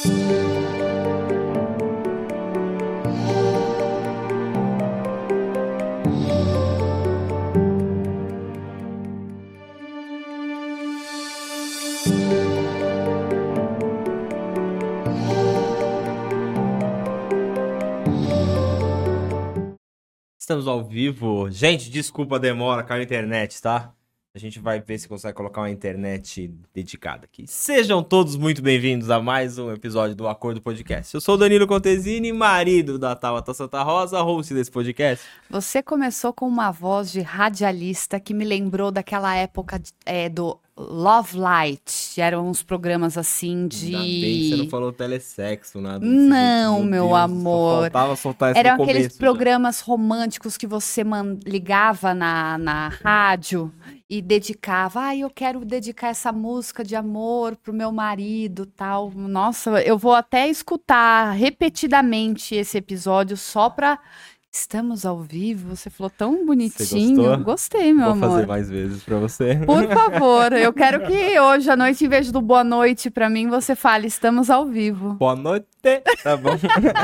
Estamos ao vivo. Gente, desculpa a demora, caiu a internet, tá? A gente vai ver se consegue colocar uma internet dedicada aqui. Sejam todos muito bem-vindos a mais um episódio do Acordo Podcast. Eu sou o Danilo Contesini, marido da Tabata Santa Rosa, host desse podcast. Você começou com uma voz de radialista que me lembrou daquela época do Love Light. Eram uns programas assim de... Ainda bem que você não falou telesexo, nada. Não, meu Deus, amor. Só faltava soltar isso Eram no começo, aqueles programas românticos que você ligava na rádio e dedicava. Eu quero dedicar essa música de amor pro meu marido, tal. Nossa, eu vou até escutar repetidamente esse episódio só pra... Estamos ao vivo, você falou tão bonitinho. Você gostou? Gostei, meu amor. Vou fazer mais vezes pra você. Por favor, eu quero que hoje à noite, em vez do boa noite pra mim, você fale, estamos ao vivo. Boa noite, tá bom?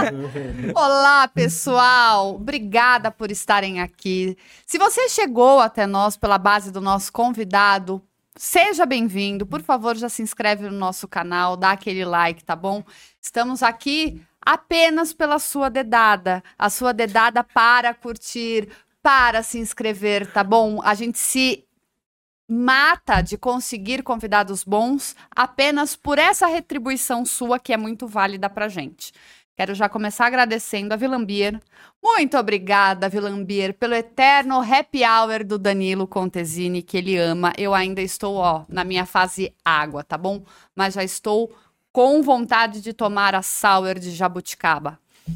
Olá, pessoal! Obrigada por estarem aqui. Se você chegou até nós pela base do nosso convidado, seja bem-vindo. Por favor, já se inscreve no nosso canal, dá aquele like, tá bom? Estamos aqui apenas pela sua dedada. A sua dedada para curtir, para se inscrever, tá bom? A gente se mata de conseguir convidados bons apenas por essa retribuição sua que é muito válida pra gente. Quero já começar agradecendo a Vilambier. Muito obrigada, Vilambier, pelo eterno happy hour do Danilo Contesini, que ele ama. Eu ainda estou, na minha fase água, tá bom? Mas já estou com vontade de tomar a sour de jabuticaba.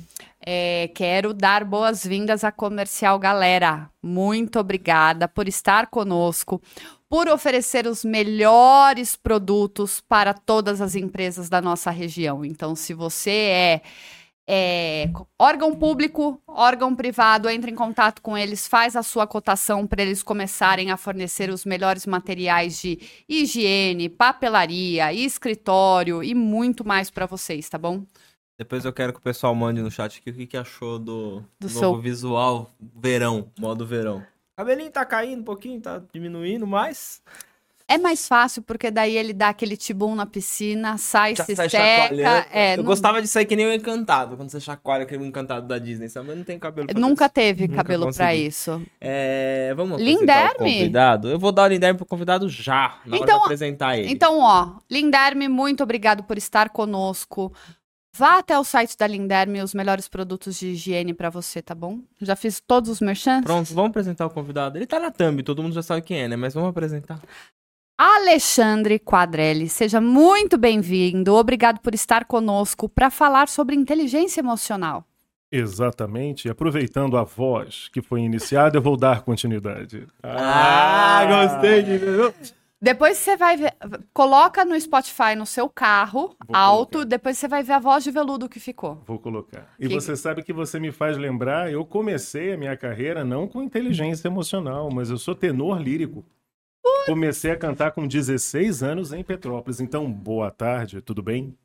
Quero dar boas-vindas à Comercial Galera. Muito obrigada por estar conosco, por oferecer os melhores produtos para todas as empresas da nossa região. Então, se você é órgão público, órgão privado, entre em contato com eles, faz a sua cotação para eles começarem a fornecer os melhores materiais de higiene, papelaria, escritório e muito mais para vocês, tá bom? Depois eu quero que o pessoal mande no chat aqui o que achou do novo seu visual verão, modo verão. Cabelinho tá caindo um pouquinho, tá diminuindo, mas... É mais fácil, porque daí ele dá aquele tibum na piscina, sai, já se sai seca. Eu gostava de sair que nem o Encantado, quando você chacoalha aquele Encantado da Disney, sabe? Mas não tem cabelo pra Nunca isso. teve Nunca cabelo consegui. pra isso. Vamos Linderme? apresentar o convidado? Eu vou dar o Linderme pro convidado já, na hora de apresentar ele. Então, Linderme, muito obrigado por estar conosco. Vá até o site da Linderme, os melhores produtos de higiene pra você, tá bom? Já fiz todos os merchants? Pronto, vamos apresentar o convidado. Ele tá na thumb, todo mundo já sabe quem é, né? Mas vamos apresentar. Alexandre Quadrelli, seja muito bem-vindo. Obrigado por estar conosco para falar sobre inteligência emocional. Exatamente. Aproveitando a voz que foi iniciada, eu vou dar continuidade. Gostei de ver. Depois você vai ver, coloca no Spotify no seu carro, alto, depois você vai ver a voz de veludo que ficou. Vou colocar. E você sabe que você me faz lembrar, eu comecei a minha carreira não com inteligência emocional, mas eu sou tenor lírico. Comecei a cantar com 16 anos em Petrópolis. Então, boa tarde, tudo bem?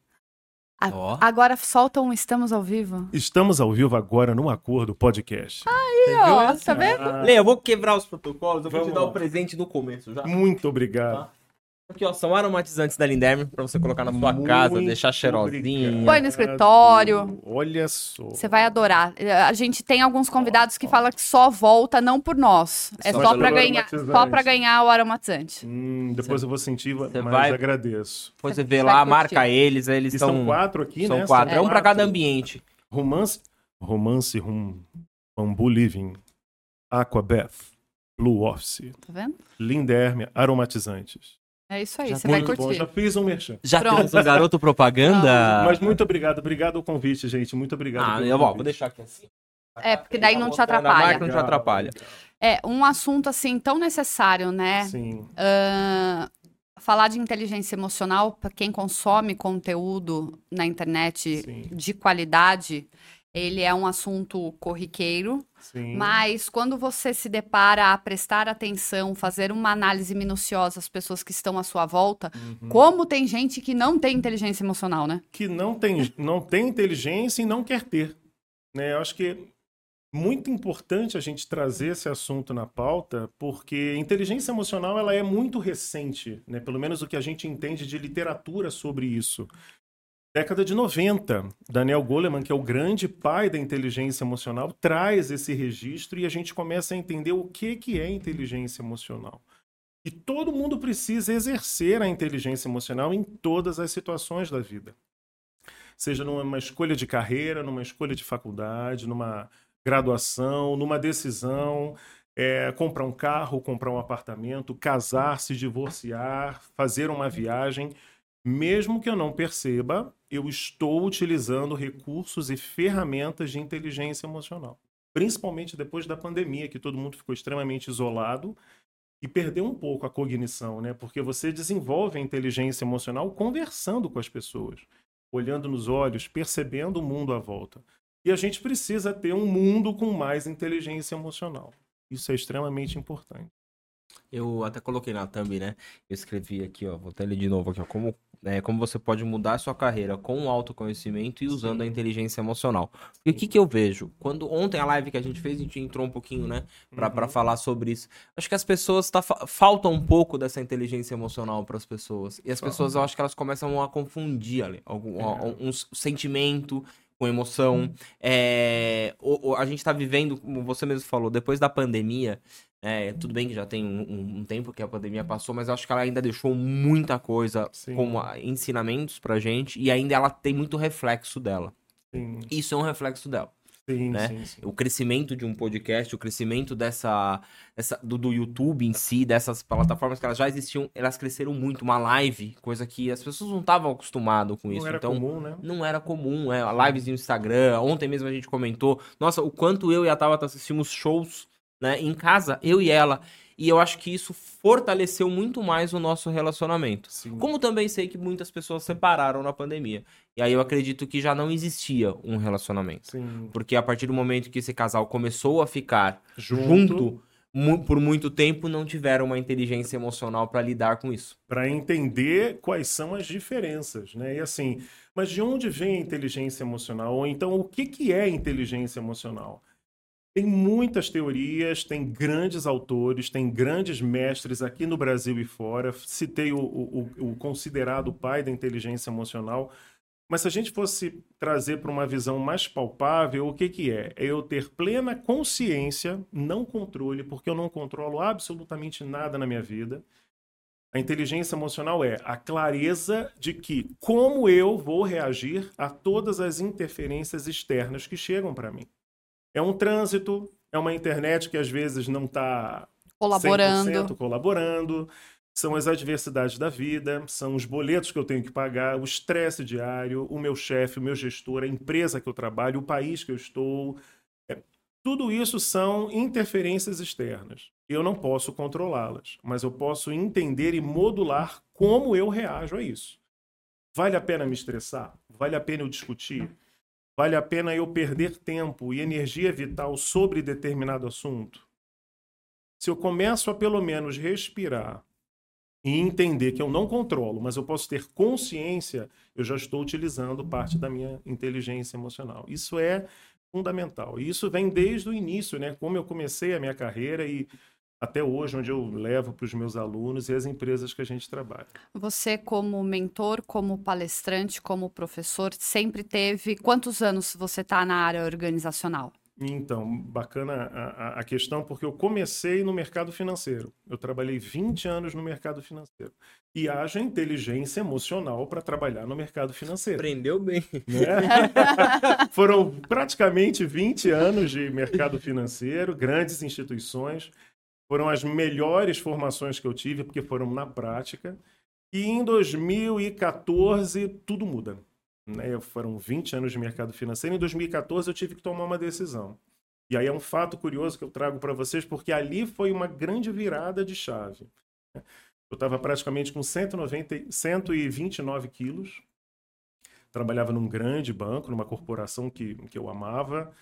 Agora solta um Estamos ao Vivo. Estamos ao vivo agora no Acordo Podcast. Aí, ó, tá vendo? Lê, eu vou quebrar os protocolos, eu vou te dar o presente no começo já. Muito obrigado. Aqui, ó, são aromatizantes da Linderme pra você colocar na sua casa, deixar cheirosinha. Põe no escritório. Olha só. Você vai adorar. A gente tem alguns convidados que falam que só volta não por nós. É só pra ganhar o aromatizante. Depois eu vou sentir, mas agradeço. Depois você vê lá, marca eles, aí eles são 4 aqui, são né? 4, é um pra cada ambiente. Romance Rum, Bamboo Living, Aquabeth, Blue Office, tá vendo? Linderme, aromatizantes. É isso aí, você vai curtir. Bom, já fiz um merchan. Já temos um garoto propaganda? Mas muito obrigado, obrigado ao convite, gente. Muito obrigado. Vou deixar aqui assim. Porque daí não te atrapalha. Não te atrapalha. Um assunto assim tão necessário, né? Sim. Falar de inteligência emocional, para quem consome conteúdo na internet de qualidade, ele é um assunto corriqueiro, Sim. mas quando você se depara a prestar atenção, fazer uma análise minuciosa às pessoas que estão à sua volta, como tem gente que não tem inteligência emocional, né? Que não tem inteligência e não quer ter, né? Eu acho que é muito importante a gente trazer esse assunto na pauta, porque a inteligência emocional ela é muito recente, né? Pelo menos o que a gente entende de literatura sobre isso. Década de 90, Daniel Goleman, que é o grande pai da inteligência emocional, traz esse registro e a gente começa a entender o que é inteligência emocional. E todo mundo precisa exercer a inteligência emocional em todas as situações da vida. Seja numa escolha de carreira, numa escolha de faculdade, numa graduação, numa decisão, comprar um carro, comprar um apartamento, casar, se divorciar, fazer uma viagem. Mesmo que eu não perceba, eu estou utilizando recursos e ferramentas de inteligência emocional. Principalmente depois da pandemia, que todo mundo ficou extremamente isolado e perdeu um pouco a cognição, né? Porque você desenvolve a inteligência emocional conversando com as pessoas, olhando nos olhos, percebendo o mundo à volta. E a gente precisa ter um mundo com mais inteligência emocional. Isso é extremamente importante. Eu até coloquei na thumb, né? Eu escrevi aqui, ó, vou até ler de novo aqui, ó, como você pode mudar a sua carreira com o autoconhecimento e usando a inteligência emocional. E o que eu vejo? Ontem a live que a gente fez, a gente entrou um pouquinho, né, pra falar sobre isso. Acho que as pessoas falta um pouco dessa inteligência emocional para as pessoas. E as pessoas, eu acho que elas começam a confundir ali, um sentimento com emoção. A gente tá vivendo, como você mesmo falou, depois da pandemia. Tudo bem que já tem um tempo que a pandemia passou, mas eu acho que ela ainda deixou muita coisa como ensinamentos pra gente e ainda ela tem muito reflexo dela. Sim. Isso é um reflexo dela. Sim, né? sim. O crescimento de um podcast, o crescimento do YouTube em si, dessas plataformas que elas já existiam, elas cresceram muito. Uma live, coisa que as pessoas não estavam acostumadas com isso. Não era comum, né? Não era comum, lives no Instagram. Ontem mesmo a gente comentou, nossa, o quanto eu e a Tabata assistimos shows, né, em casa, eu e ela. E eu acho que isso fortaleceu muito mais o nosso relacionamento. Sim. Como também sei que muitas pessoas separaram na pandemia. E aí eu acredito que já não existia um relacionamento. Sim. Porque a partir do momento que esse casal começou a ficar Junto por muito tempo, não tiveram uma inteligência emocional para lidar com isso. Para entender quais são as diferenças, né? E assim, mas de onde vem a inteligência emocional? Ou então, o que é inteligência emocional? Tem muitas teorias, tem grandes autores, tem grandes mestres aqui no Brasil e fora. Citei o considerado pai da inteligência emocional. Mas se a gente fosse trazer para uma visão mais palpável, o que é? É eu ter plena consciência, não controle, porque eu não controlo absolutamente nada na minha vida. A inteligência emocional é a clareza de que como eu vou reagir a todas as interferências externas que chegam para mim. É um trânsito, é uma internet que às vezes não está 100% colaborando, são as adversidades da vida, são os boletos que eu tenho que pagar, o estresse diário, o meu chefe, o meu gestor, a empresa que eu trabalho, o país que eu estou. Tudo isso são interferências externas. Eu não posso controlá-las, mas eu posso entender e modular como eu reajo a isso. Vale a pena me estressar? Vale a pena eu discutir? Vale a pena eu perder tempo e energia vital sobre determinado assunto? Se eu começo a pelo menos respirar e entender que eu não controlo, mas eu posso ter consciência, eu já estou utilizando parte da minha inteligência emocional. Isso é fundamental. E isso vem desde o início, né? Como eu comecei a minha carreira e até hoje, onde eu levo para os meus alunos e as empresas que a gente trabalha. Você, como mentor, como palestrante, como professor, sempre teve... Quantos anos você está na área organizacional? Então, bacana a questão, porque eu comecei no mercado financeiro. Eu trabalhei 20 anos no mercado financeiro. E haja inteligência emocional para trabalhar no mercado financeiro. Aprendeu bem. Né? Foram praticamente 20 anos de mercado financeiro, grandes instituições. Foram as melhores formações que eu tive, porque foram na prática. E em 2014, tudo muda. Né? Foram 20 anos de mercado financeiro. Em 2014, eu tive que tomar uma decisão. E aí é um fato curioso que eu trago para vocês, porque ali foi uma grande virada de chave. Eu estava praticamente com 129 quilos. trabalhava num grande banco, numa corporação que eu amava.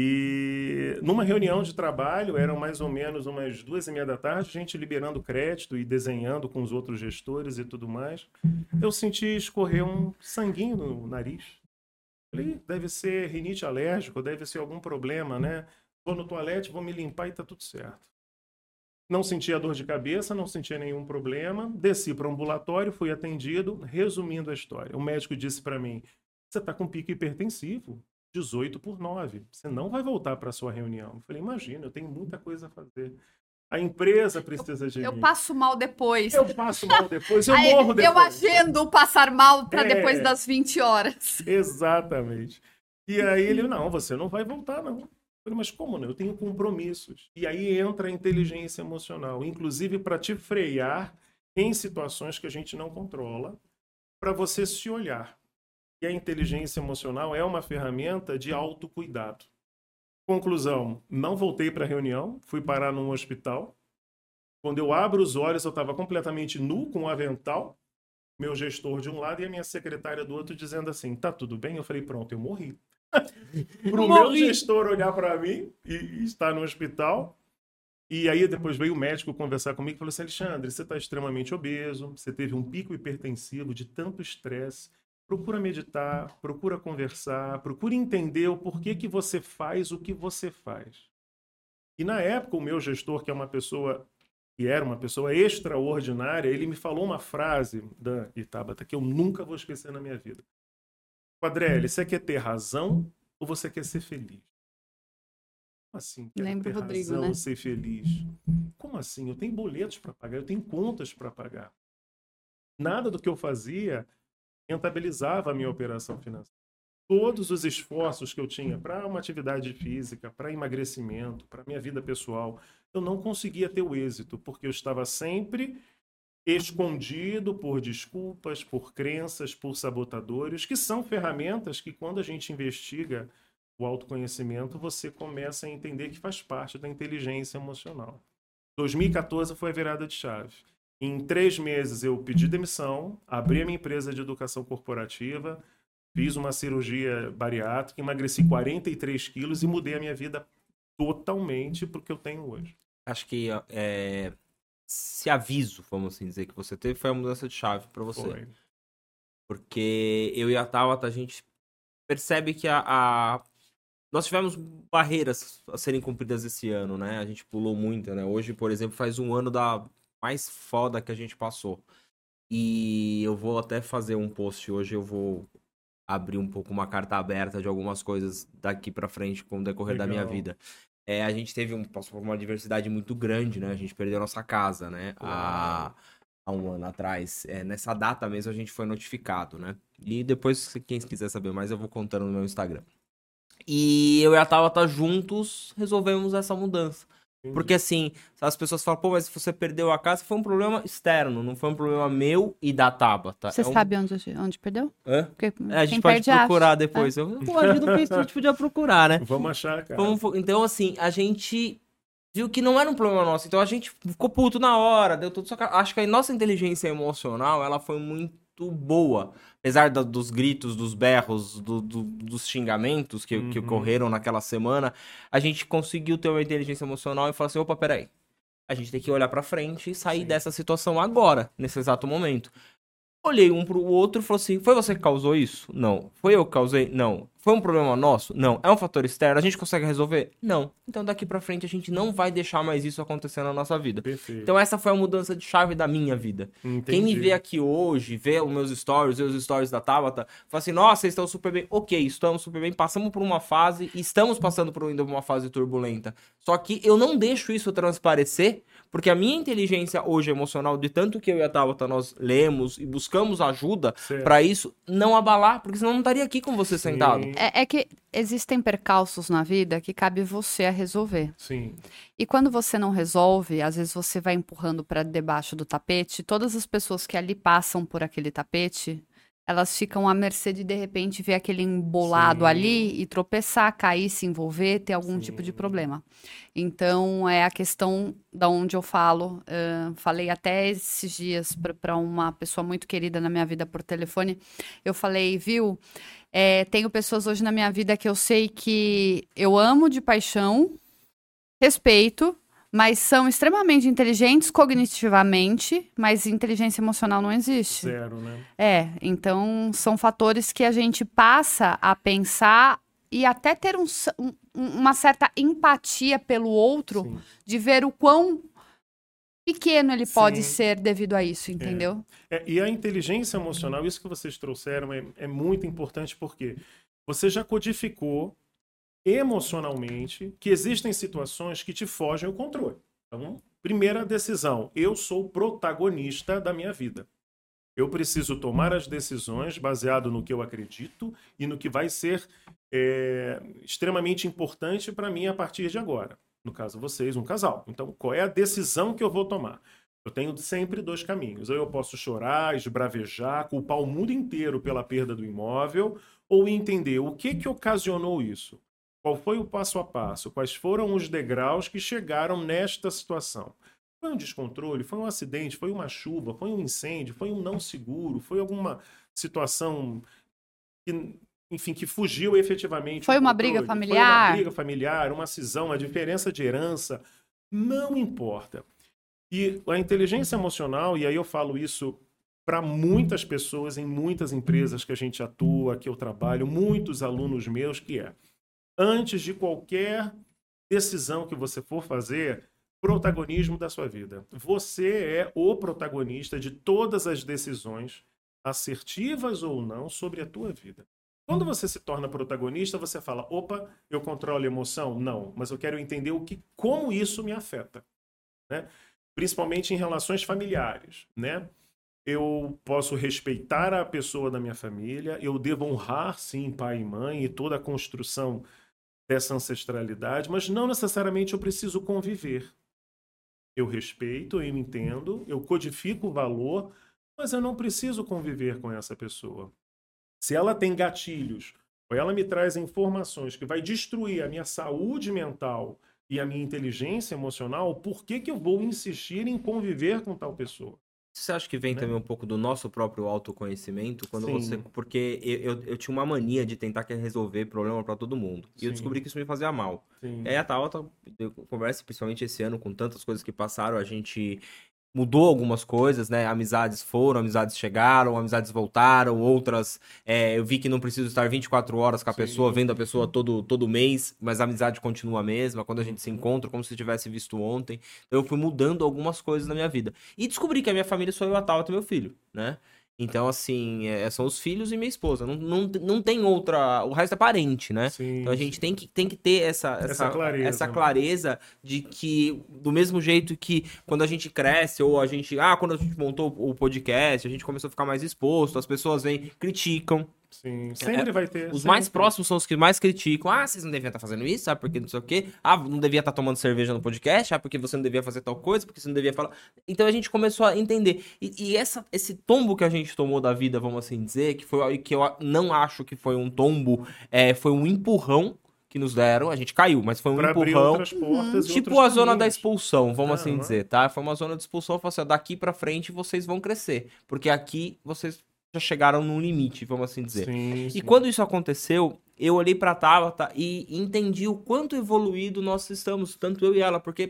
E numa reunião de trabalho, eram mais ou menos umas 2h30 da tarde, gente liberando crédito e desenhando com os outros gestores e tudo mais. Eu senti escorrer um sanguinho no nariz. Falei, deve ser rinite alérgico, deve ser algum problema, né? Vou no toalete, vou me limpar e tá tudo certo. Não sentia dor de cabeça, não sentia nenhum problema. Desci para o ambulatório, fui atendido. Resumindo a história, o médico disse para mim, você está com pico hipertensivo, 18/9. Você não vai voltar para a sua reunião. Eu falei, imagina, eu tenho muita coisa a fazer. A empresa precisa de Eu mim. passo mal depois. Eu passo mal depois, eu Aí, morro depois. eu agendo passar mal para É. depois das 20 horas. Exatamente. E aí ele, não, você não vai voltar, não. Eu falei, mas como não? Eu tenho compromissos. E aí entra a inteligência emocional, inclusive para te frear em situações que a gente não controla, para você se olhar. E a inteligência emocional é uma ferramenta de autocuidado. Conclusão, não voltei para a reunião, fui parar num hospital. Quando eu abro os olhos, eu estava completamente nu, com um avental, meu gestor de um lado e a minha secretária do outro dizendo assim, tá tudo bem? Eu falei, pronto, eu morri. Pro meu gestor olhar para mim e estar no hospital. E aí depois veio o médico conversar comigo e falou assim, Alexandre, você está extremamente obeso, você teve um pico hipertensivo de tanto estresse, procura meditar, procura conversar, procura entender o porquê que você faz o que você faz. E na época o meu gestor, que era uma pessoa extraordinária, ele me falou uma frase, Dan e Tabata, que eu nunca vou esquecer na minha vida. Quadrelli, você quer ter razão ou você quer ser feliz? Como assim? Quero Lembra ter o Rodrigo, razão, né? ser feliz. Como assim? Eu tenho boletos para pagar, eu tenho contas para pagar. Nada do que eu fazia rentabilizava a minha operação financeira. Todos os esforços que eu tinha para uma atividade física, para emagrecimento, para minha vida pessoal, eu não conseguia ter o êxito, porque eu estava sempre escondido por desculpas, por crenças, por sabotadores, que são ferramentas que, quando a gente investiga o autoconhecimento, você começa a entender que faz parte da inteligência emocional. 2014 foi a virada de chave. Em 3 meses eu pedi demissão, abri a minha empresa de educação corporativa, fiz uma cirurgia bariátrica, emagreci 43 quilos e mudei a minha vida totalmente para o que eu tenho hoje. Acho que esse aviso, vamos assim dizer, que você teve foi a mudança de chave pra você. Foi. Porque eu e a Tabata, a gente percebe que nós tivemos barreiras a serem cumpridas esse ano, né? A gente pulou muito, né? Hoje, por exemplo, faz um ano da mais foda que a gente passou. E eu vou até fazer um post hoje, eu vou abrir um pouco uma carta aberta de algumas coisas daqui pra frente com o decorrer da minha Legal. vida. A gente passou por uma diversidade muito grande, né? A gente perdeu a nossa casa, né? Há um ano atrás. Nessa data mesmo a gente foi notificado, né? E depois, quem quiser saber mais, eu vou contando no meu Instagram. E eu e a Tabata juntos resolvemos essa mudança. Porque assim, as pessoas falam, pô, mas se você perdeu a casa, foi um problema externo, não foi um problema meu e da Tabata. Você sabe onde perdeu? Hã? Porque A gente quem pode perde, procurar acha. depois. Pô, a gente não fez, a gente podia procurar, né? Vamos achar, cara. Então, assim, a gente viu que não era um problema nosso. Então a gente ficou puto na hora, deu tudo. Só que acho que a nossa inteligência emocional, ela foi muito boa. Apesar dos gritos, dos berros, dos xingamentos que ocorreram naquela semana, a gente conseguiu ter uma inteligência emocional e falar assim, opa, peraí. A gente tem que olhar pra frente e sair dessa situação agora, nesse exato momento. Olhei um pro outro e falei assim, foi você que causou isso? Não. Foi eu que causei? Não. Foi um problema nosso? Não. É um fator externo? A gente consegue resolver? Não. Então daqui pra frente a gente não vai deixar mais isso acontecer na nossa vida. Perfeito. Então essa foi a mudança de chave da minha vida. Entendi. Quem me vê aqui hoje, vê os meus stories, vê os stories da Tabata, fala assim, nossa, vocês estão super bem. Ok, estamos super bem, passamos por uma fase, estamos passando por ainda uma fase turbulenta. Só que eu não deixo isso transparecer, porque a minha inteligência hoje emocional, de tanto que eu e a Tabata nós lemos e buscamos ajuda Certo. pra isso, não abalar, porque senão eu não estaria aqui com você sentado. É que existem percalços na vida que cabe você a resolver. Sim. E quando você não resolve, às vezes você vai empurrando para debaixo do tapete, todas as pessoas que ali passam por aquele tapete, elas ficam à mercê de repente, ver aquele embolado Sim. ali e tropeçar, cair, se envolver, ter algum tipo de problema. Então, é a questão da onde eu falo. Falei até esses dias para uma pessoa muito querida na minha vida por telefone. Eu falei, viu, tenho pessoas hoje na minha vida que eu sei que eu amo de paixão, respeito, mas são extremamente inteligentes cognitivamente, mas inteligência emocional não existe. Zero, né? Então são fatores que a gente passa a pensar e até ter uma certa empatia pelo outro, Sim. de ver o quão pequeno ele pode Sim. ser devido a isso, entendeu? E a inteligência emocional, isso que vocês trouxeram é muito importante porque você já codificou emocionalmente que existem situações que te fogem o controle. Então, primeira decisão, eu sou o protagonista da minha vida. Eu preciso tomar as decisões baseado no que eu acredito e no que vai ser extremamente importante para mim a partir de agora. No caso, vocês, um casal. Então, qual é a decisão que eu vou tomar? Eu tenho sempre dois caminhos. Ou eu posso chorar, esbravejar, culpar o mundo inteiro pela perda do imóvel, ou entender o que ocasionou isso. Qual foi o passo a passo? Quais foram os degraus que chegaram nesta situação? Foi um descontrole? Foi um acidente? Foi uma chuva? Foi um incêndio? Foi um não seguro? Foi alguma situação que, enfim, que fugiu efetivamente? Foi do uma controle? briga Foi uma familiar? briga familiar, uma cisão, uma diferença de herança? Não importa. E a inteligência emocional, e aí eu falo isso para muitas pessoas em muitas empresas que a gente atua, que eu trabalho, muitos alunos meus, que antes de qualquer decisão que você for fazer, protagonismo da sua vida. Você é o protagonista de todas as decisões, assertivas ou não, sobre a tua vida. Quando você se torna protagonista, você fala, opa, eu controlo a emoção? Não, mas eu quero entender como isso me afeta, né? Principalmente em relações familiares, né? Eu posso respeitar a pessoa da minha família, eu devo honrar, sim, pai e mãe e toda a construção dessa ancestralidade, mas não necessariamente eu preciso conviver. Eu respeito, eu entendo, eu codifico o valor, mas eu não preciso conviver com essa pessoa. Se ela tem gatilhos, ou ela me traz informações que vai destruir a minha saúde mental e a minha inteligência emocional, por que eu vou insistir em conviver com tal pessoa? Você acha que vem também um pouco do nosso próprio autoconhecimento? Quando Sim. Porque eu tinha uma mania de tentar resolver problema pra todo mundo. E eu Sim. descobri que isso me fazia mal. Sim. E aí eu converso, principalmente esse ano, com tantas coisas que passaram, a gente mudou algumas coisas, né? Amizades foram, amizades chegaram, amizades voltaram, outras eu vi que não preciso estar 24 horas com a pessoa, vendo a pessoa todo mês, mas a amizade continua a mesma, quando a gente se encontra, como se tivesse visto ontem. Então eu fui mudando algumas coisas na minha vida. E descobri que a minha família sou eu, a Thalita e meu filho, né? Então, assim, são os filhos e minha esposa. Não tem outra... O resto é parente, né? Sim, então a gente tem que ter essa clareza de que, do mesmo jeito que quando a gente cresce, ou a gente... quando a gente montou o podcast, a gente começou a ficar mais exposto, as pessoas vêm, criticam. Sim, sempre vai ter. Os mais próximos são os que mais criticam. Vocês não deviam estar fazendo isso, sabe? Porque não sei o quê. Não devia estar tomando cerveja no podcast, porque você não devia fazer tal coisa, porque você não devia falar. Então a gente começou a entender. E esse tombo que a gente tomou da vida, vamos assim dizer, que eu não acho que foi um tombo, foi um empurrão que nos deram. A gente caiu, mas foi um empurrão. Tipo a zona da expulsão, vamos assim dizer, tá? Foi uma zona de expulsão. Eu falei assim, daqui pra frente vocês vão crescer. Porque aqui vocês já chegaram num limite, vamos assim dizer. Sim. Quando isso aconteceu, eu olhei pra Tabata e entendi o quanto evoluído nós estamos, tanto eu e ela, porque,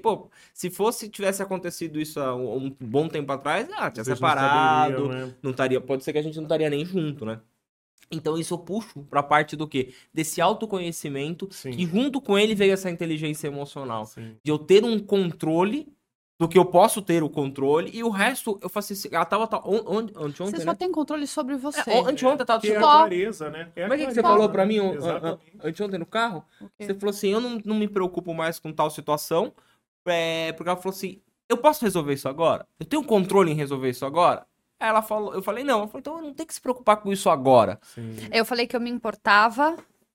tivesse acontecido isso há um bom tempo atrás, tinha separado, não estaria, pode ser que a gente não estaria nem junto, né? Então isso eu puxo pra parte do quê? Desse autoconhecimento, que junto com ele veio essa inteligência emocional, de eu ter um controle do que eu posso ter o controle, e o resto eu faço assim, ela tava anteontem, você só tem controle sobre você. Anteontem tava é a clareza, né? Mas o que você falou pra mim anteontem no carro? Você falou assim, eu não me preocupo mais com tal situação, porque ela falou assim, eu posso resolver isso agora? Eu tenho controle em resolver isso agora? Aí ela falou, eu falei, não. Ela falou, então eu não tenho que se preocupar com isso agora. Eu falei que eu me importava,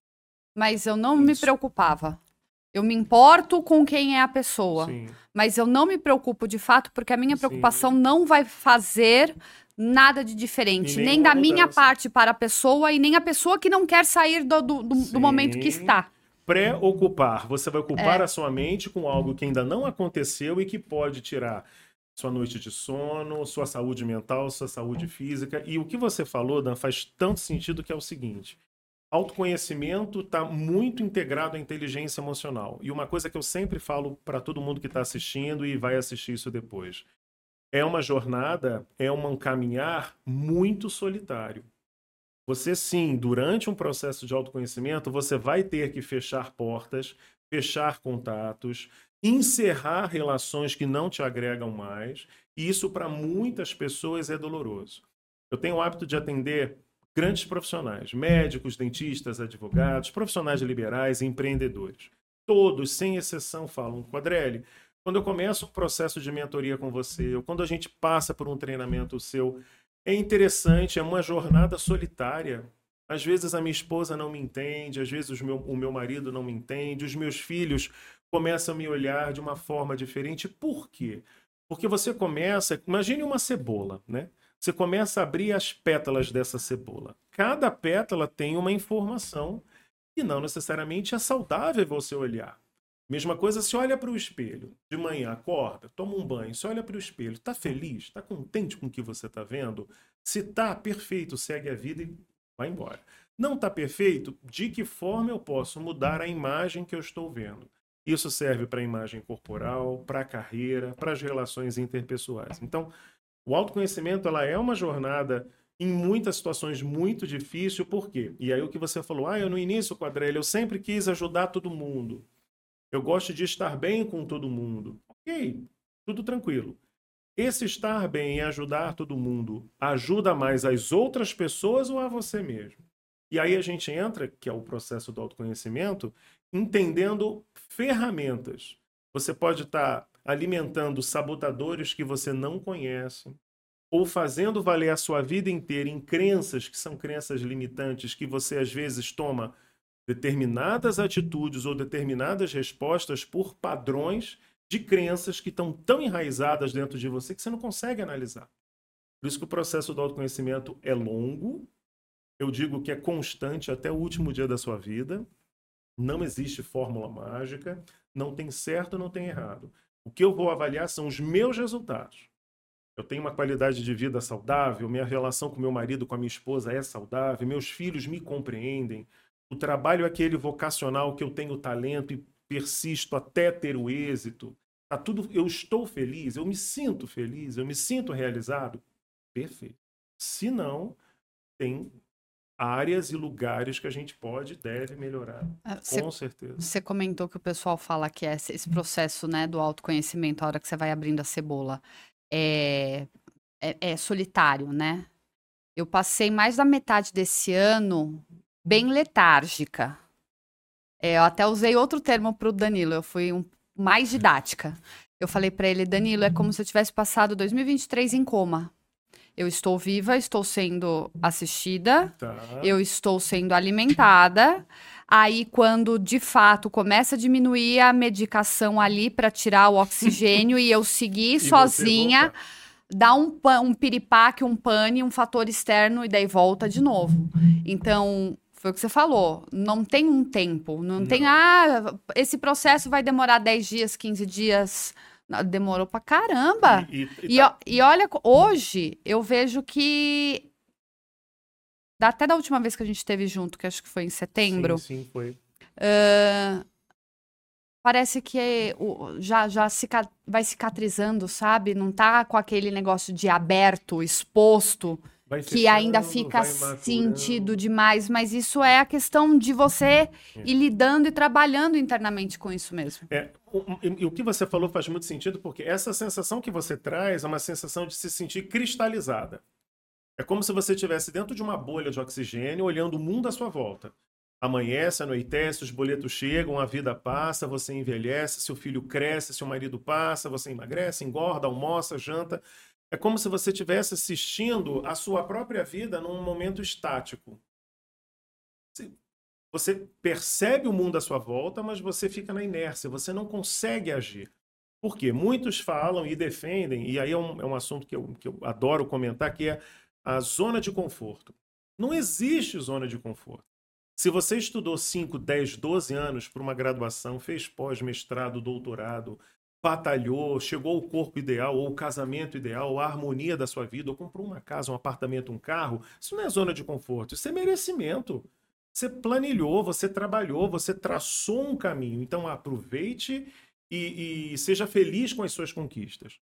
mas eu não me preocupava. Eu me importo com quem é a pessoa, mas eu não me preocupo de fato, porque a minha preocupação não vai fazer nada de diferente, E nem da nenhuma minha mudança. parte para a pessoa e nem a pessoa que não quer sair do momento que Sim. está. Pré-ocupar. Você vai ocupar É. a sua mente com algo que ainda não aconteceu e que pode tirar sua noite de sono, sua saúde mental, sua saúde física. E o que você falou, Dan, faz tanto sentido que é o seguinte: autoconhecimento está muito integrado à inteligência emocional. E uma coisa que eu sempre falo para todo mundo que está assistindo e vai assistir isso depois. É uma jornada, é um caminhar muito solitário. Você sim, durante um processo de autoconhecimento, você vai ter que fechar portas, fechar contatos, encerrar relações que não te agregam mais, e isso para muitas pessoas é doloroso. Eu tenho o hábito de atender grandes profissionais, médicos, dentistas, advogados, profissionais liberais, empreendedores. Todos, sem exceção, falam: Quadrelli, quando eu começo um processo de mentoria com você, ou quando a gente passa por um treinamento seu, é interessante, é uma jornada solitária. Às vezes a minha esposa não me entende, às vezes o meu marido não me entende, os meus filhos começam a me olhar de uma forma diferente. Por quê? Porque você começa, imagine uma cebola, né? Você começa a abrir as pétalas dessa cebola. Cada pétala tem uma informação que não necessariamente é saudável você olhar. Mesma coisa, se olha para o espelho, de manhã, acorda, toma um banho, se olha para o espelho, está feliz, está contente com o que você está vendo? Se está perfeito, segue a vida e vai embora. Não está perfeito? De que forma eu posso mudar a imagem que eu estou vendo? Isso serve para a imagem corporal, para a carreira, para as relações interpessoais. Então, o autoconhecimento ela é uma jornada em muitas situações muito difícil, por quê? E aí o que você falou, eu no início, Quadrelli, eu sempre quis ajudar todo mundo. Eu gosto de estar bem com todo mundo. Ok, tudo tranquilo. Esse estar bem e ajudar todo mundo ajuda mais as outras pessoas ou a você mesmo? E aí a gente entra, que é o processo do autoconhecimento, entendendo ferramentas. Você pode estar alimentando sabotadores que você não conhece, ou fazendo valer a sua vida inteira em crenças que são crenças limitantes, que você às vezes toma determinadas atitudes ou determinadas respostas por padrões de crenças que estão tão enraizadas dentro de você que você não consegue analisar. Por isso que o processo do autoconhecimento é longo, eu digo que é constante até o último dia da sua vida, não existe fórmula mágica, não tem certo, não tem errado. O que eu vou avaliar são os meus resultados. Eu tenho uma qualidade de vida saudável, minha relação com meu marido, com a minha esposa é saudável, meus filhos me compreendem, o trabalho é aquele vocacional que eu tenho talento e persisto até ter o êxito. Tá tudo, eu estou feliz, eu me sinto realizado. Perfeito. Se não, tem áreas e lugares que a gente pode e deve melhorar. Com certeza. Você comentou que o pessoal fala que esse processo, né, do autoconhecimento, a hora que você vai abrindo a cebola, é solitário, né? Eu passei mais da metade desse ano bem letárgica. Eu até usei outro termo para o Danilo, eu fui mais didática. Eu falei para ele, Danilo, é como se eu tivesse passado 2023 em coma. Eu estou viva, estou sendo assistida, eu estou sendo alimentada. Aí, quando de fato começa a diminuir a medicação ali para tirar o oxigênio e eu seguir sozinha, dá um piripaque, um pane, um fator externo e daí volta de novo. Então, foi o que você falou, não tem um tempo, não tem, esse processo vai demorar 10 dias, 15 dias... Demorou pra caramba. E olha, hoje eu vejo que até da última vez que a gente esteve junto, que acho que foi em setembro. Sim, foi. Parece que já vai cicatrizando, sabe? Não tá com aquele negócio de aberto, exposto, que ainda fica sentido demais. Mas isso é a questão de você ir lidando e trabalhando internamente com isso mesmo. E o que você falou faz muito sentido, porque essa sensação que você traz é uma sensação de se sentir cristalizada. É como se você estivesse dentro de uma bolha de oxigênio, olhando o mundo à sua volta. Amanhece, anoitece, os boletos chegam, a vida passa, você envelhece, seu filho cresce, seu marido passa, você emagrece, engorda, almoça, janta. É como se você estivesse assistindo a sua própria vida num momento estático. Você percebe o mundo à sua volta, mas você fica na inércia, você não consegue agir. Por quê? Muitos falam e defendem, e aí é um assunto que eu adoro comentar, que é a zona de conforto. Não existe zona de conforto. Se você estudou 5, 10, 12 anos para uma graduação, fez pós, mestrado, doutorado, batalhou, chegou ao corpo ideal, ou o casamento ideal, ou a harmonia da sua vida, ou comprou uma casa, um apartamento, um carro, isso não é zona de conforto, isso é merecimento. Você planilhou, você trabalhou, você traçou um caminho. Então aproveite e seja feliz com as suas conquistas.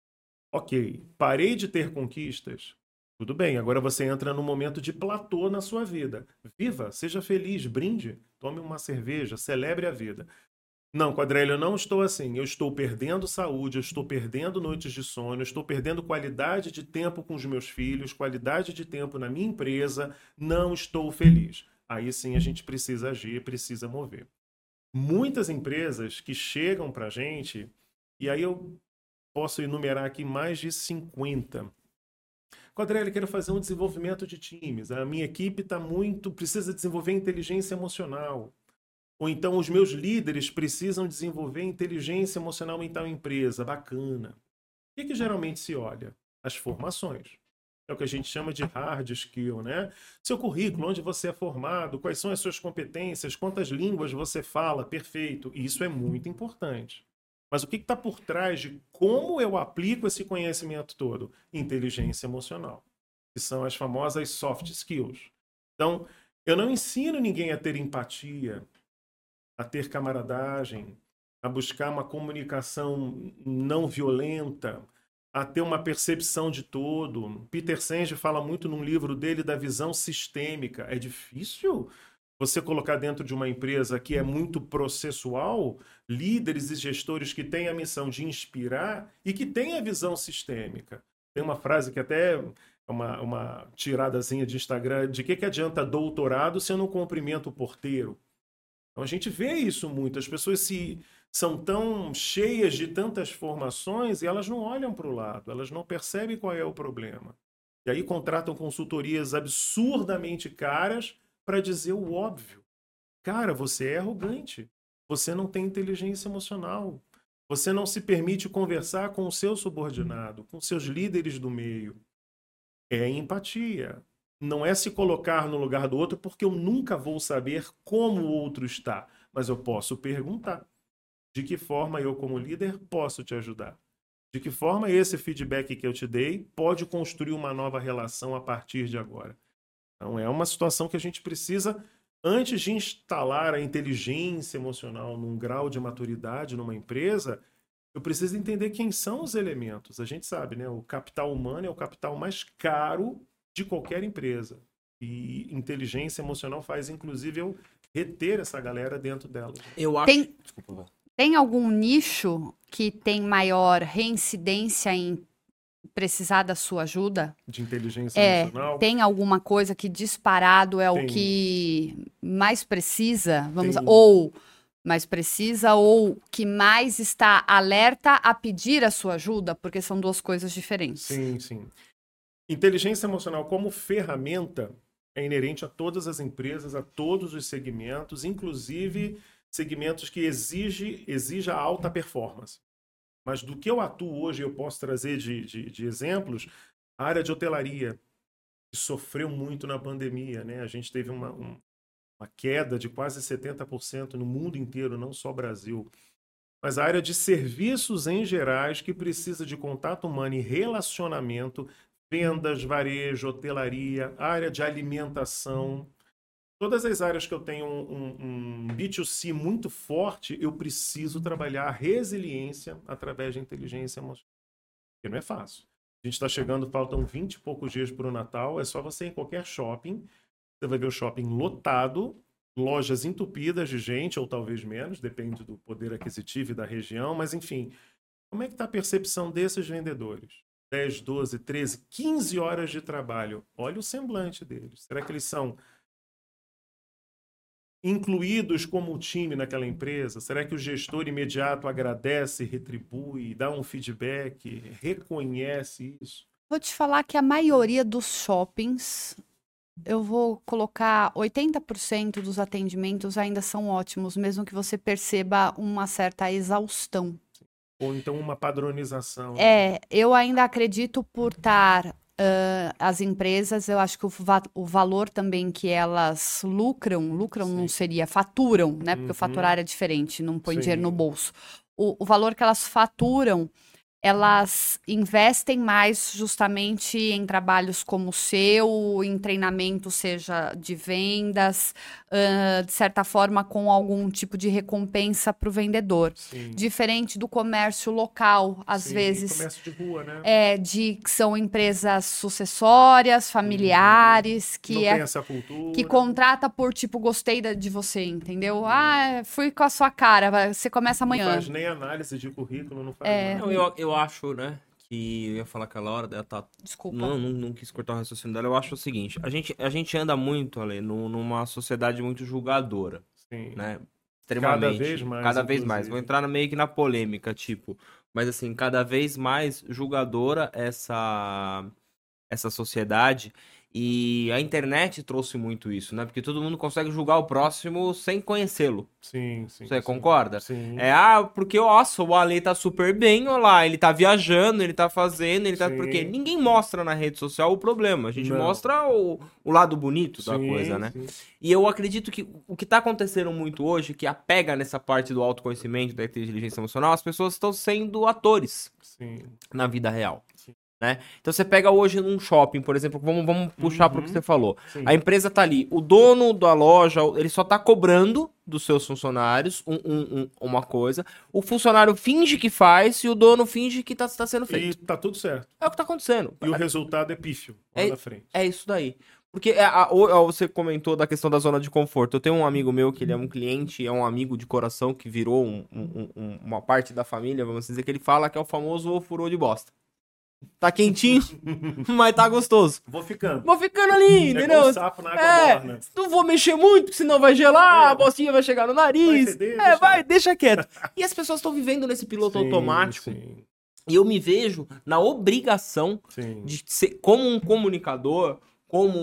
Ok, parei de ter conquistas. Tudo bem, agora você entra num momento de platô na sua vida. Viva, seja feliz, brinde, tome uma cerveja, celebre a vida. Não, Quadrélio, eu não estou assim. Eu estou perdendo saúde, eu estou perdendo noites de sono, eu estou perdendo qualidade de tempo com os meus filhos, qualidade de tempo na minha empresa, não estou feliz. Aí sim a gente precisa agir, precisa mover. Muitas empresas que chegam para a gente, e aí eu posso enumerar aqui mais de 50. Quadrélio, quero fazer um desenvolvimento de times. A minha equipe precisa desenvolver inteligência emocional. Ou então os meus líderes precisam desenvolver inteligência emocional em tal empresa. Bacana. O que geralmente se olha? As formações. É o que a gente chama de hard skill, né? Seu currículo, onde você é formado, quais são as suas competências, quantas línguas você fala, perfeito. Isso é muito importante. Mas o que está por trás de como eu aplico esse conhecimento todo? Inteligência emocional, que são as famosas soft skills. Então, eu não ensino ninguém a ter empatia, a ter camaradagem, a buscar uma comunicação não violenta, a ter uma percepção de todo. Peter Senge fala muito num livro dele da visão sistêmica. É difícil você colocar dentro de uma empresa que é muito processual, líderes e gestores que têm a missão de inspirar e que têm a visão sistêmica. Tem uma frase que até é uma tiradazinha de Instagram, de que adianta doutorado se eu não cumprimento o porteiro? Então a gente vê isso muito, as pessoas são tão cheias de tantas formações e elas não olham para o lado, elas não percebem qual é o problema. E aí contratam consultorias absurdamente caras para dizer o óbvio. Cara, você é arrogante, você não tem inteligência emocional, você não se permite conversar com o seu subordinado, com seus líderes do meio. É empatia. Não é se colocar no lugar do outro, porque eu nunca vou saber como o outro está. Mas eu posso perguntar. De que forma eu, como líder, posso te ajudar? De que forma esse feedback que eu te dei pode construir uma nova relação a partir de agora? Então, é uma situação que a gente precisa, antes de instalar a inteligência emocional num grau de maturidade numa empresa, eu preciso entender quem são os elementos. A gente sabe, né? O capital humano é o capital mais caro de qualquer empresa. E inteligência emocional faz, inclusive, eu reter essa galera dentro dela. Eu acho... Desculpa. Tem algum nicho que tem maior reincidência em precisar da sua ajuda? De inteligência emocional? Tem alguma coisa que disparado é o que mais precisa? Ou mais precisa, ou que mais está alerta a pedir a sua ajuda? Porque são duas coisas diferentes. Sim, sim. Inteligência emocional como ferramenta é inerente a todas as empresas, a todos os segmentos, inclusive segmentos que exija alta performance. Mas do que eu atuo hoje, eu posso trazer de exemplos, a área de hotelaria, que sofreu muito na pandemia, né? A gente teve uma queda de quase 70% no mundo inteiro, não só Brasil. Mas a área de serviços em gerais, que precisa de contato humano e relacionamento, vendas, varejo, hotelaria, área de alimentação. Todas as áreas que eu tenho um B2C muito forte, eu preciso trabalhar a resiliência através de inteligência emocional. Porque não é fácil. A gente está chegando, faltam 20 e poucos dias para o Natal, é só você ir em qualquer shopping, você vai ver o shopping lotado, lojas entupidas de gente, ou talvez menos, depende do poder aquisitivo e da região, mas enfim, como é que está a percepção desses vendedores? 10, 12, 13, 15 horas de trabalho. Olha o semblante deles. Será que eles são incluídos como time naquela empresa? Será que o gestor imediato agradece, retribui, dá um feedback, reconhece isso? Vou te falar que a maioria dos shoppings, eu vou colocar 80% dos atendimentos ainda são ótimos, mesmo que você perceba uma certa exaustão. Ou então uma padronização. Eu ainda acredito por estar as empresas, eu acho que o valor também que elas lucram não seria, faturam, né? Porque o faturar é diferente, não põe dinheiro no bolso. O valor que elas faturam, elas investem mais justamente em trabalhos como o seu, em treinamento, seja de vendas, de certa forma com algum tipo de recompensa para o vendedor. Sim. Diferente do comércio local, às vezes. Comércio de rua, né? Que são empresas sucessórias, familiares, Não tem essa cultura. que contrata por tipo, gostei de você, entendeu? Fui com a sua cara, você começa amanhã. Não faz nem análise de currículo, não faz nada. Eu acho, né, que eu ia falar aquela hora, dela tá... Desculpa. Não quis cortar o raciocínio dela. Eu acho o seguinte, a gente anda muito, Ale, numa sociedade muito julgadora, Sim. né? Extremamente. Cada vez mais. Vou entrar meio que na polêmica, tipo, mas assim, cada vez mais julgadora essa sociedade. E a internet trouxe muito isso, né? Porque todo mundo consegue julgar o próximo sem conhecê-lo. Sim. Você concorda? Sim. Porque, nossa, o Ale tá super bem, olha lá, ele tá viajando, ele tá fazendo, ele tá... Sim. Porque ninguém mostra na rede social o problema, a gente Não. mostra o lado bonito da coisa, né? Sim. E eu acredito que o que tá acontecendo muito hoje, que apega nessa parte do autoconhecimento, da inteligência emocional, as pessoas estão sendo atores na vida real. Né? Então você pega hoje num shopping, por exemplo, vamos puxar para o que você falou. Sim. A empresa tá ali, o dono da loja, ele só tá cobrando dos seus funcionários uma coisa, o funcionário finge que faz e o dono finge que tá sendo feito. E tá tudo certo. É o que tá acontecendo. E o resultado é pífio lá na frente. É isso daí. Porque você comentou da questão da zona de conforto. Eu tenho um amigo meu que ele é um cliente, é um amigo de coração que virou uma parte da família, vamos dizer, que ele fala que é o famoso furor de bosta. Tá quentinho, mas tá gostoso. Vou ficando ali, entendeu? Com o sapo na água morna. Não vou mexer muito, senão vai gelar, a bostinha vai chegar no nariz. Deixa quieto. E as pessoas estão vivendo nesse piloto automático. Sim. E eu me vejo na obrigação de ser, como um comunicador, como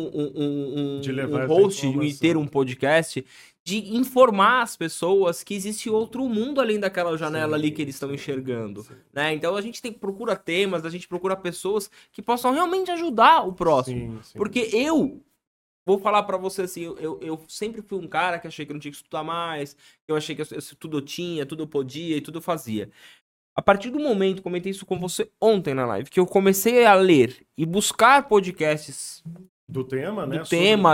um host e ter um podcast, de informar as pessoas que existe outro mundo além daquela janela ali que eles estão enxergando, né? Então a gente procura temas, a gente procura pessoas que possam realmente ajudar o próximo. Porque eu vou falar pra você assim, eu sempre fui um cara que achei que eu não tinha que estudar mais, que eu achei que tudo eu tinha, tudo eu podia e tudo eu fazia. A partir do momento, comentei isso com você ontem na live, que eu comecei a ler e buscar podcasts do tema, né?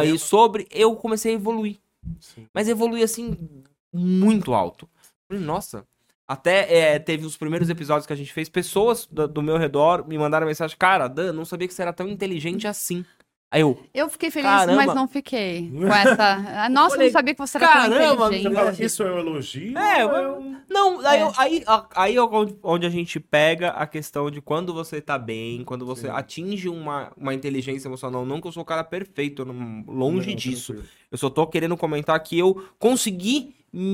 Eu comecei a evoluir. Sim. Mas evolui assim, muito alto. Nossa, até teve os primeiros episódios que a gente fez, pessoas do meu redor me mandaram mensagem, cara, Dan, não sabia que você era tão inteligente assim. Aí eu fiquei feliz, mas não fiquei com essa... Nossa, eu não sabia que você era tão inteligente. Você fala que isso é um elogio? Não, aí é onde a gente pega a questão de quando você tá bem, quando você atinge uma inteligência emocional. Não que eu sou o cara perfeito, longe disso. Tranquilo. Eu só tô querendo comentar que eu consegui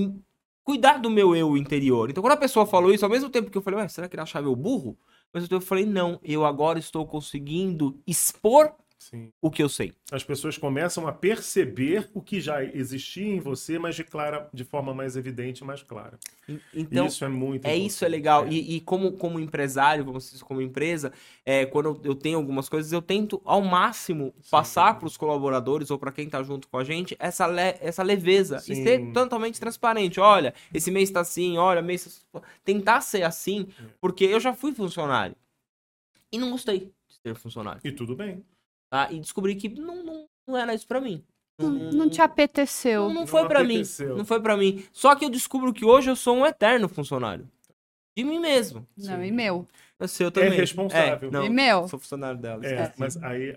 cuidar do meu eu interior. Então quando a pessoa falou isso, ao mesmo tempo que eu falei, será que ele achava eu burro? Mas eu falei, não, eu agora estou conseguindo expor o que eu sei. As pessoas começam a perceber o que já existia em você, mas de forma mais evidente e mais clara. Então, isso é muito importante. Isso é legal. E como empresário, vamos dizer, como empresa, quando eu tenho algumas coisas, eu tento ao máximo passar para os colaboradores ou para quem está junto com a gente essa leveza e ser totalmente transparente. Olha, esse mês está assim, olha, tentar ser assim, porque eu já fui funcionário e não gostei de ser funcionário. E tudo bem. E descobri que não era isso pra mim. Não te apeteceu. Não foi pra mim. Não foi pra mim. Só que eu descubro que hoje eu sou um eterno funcionário. De mim mesmo. Não, e meu. Eu também. É responsável. Não, e meu. Sou funcionário dela. Mas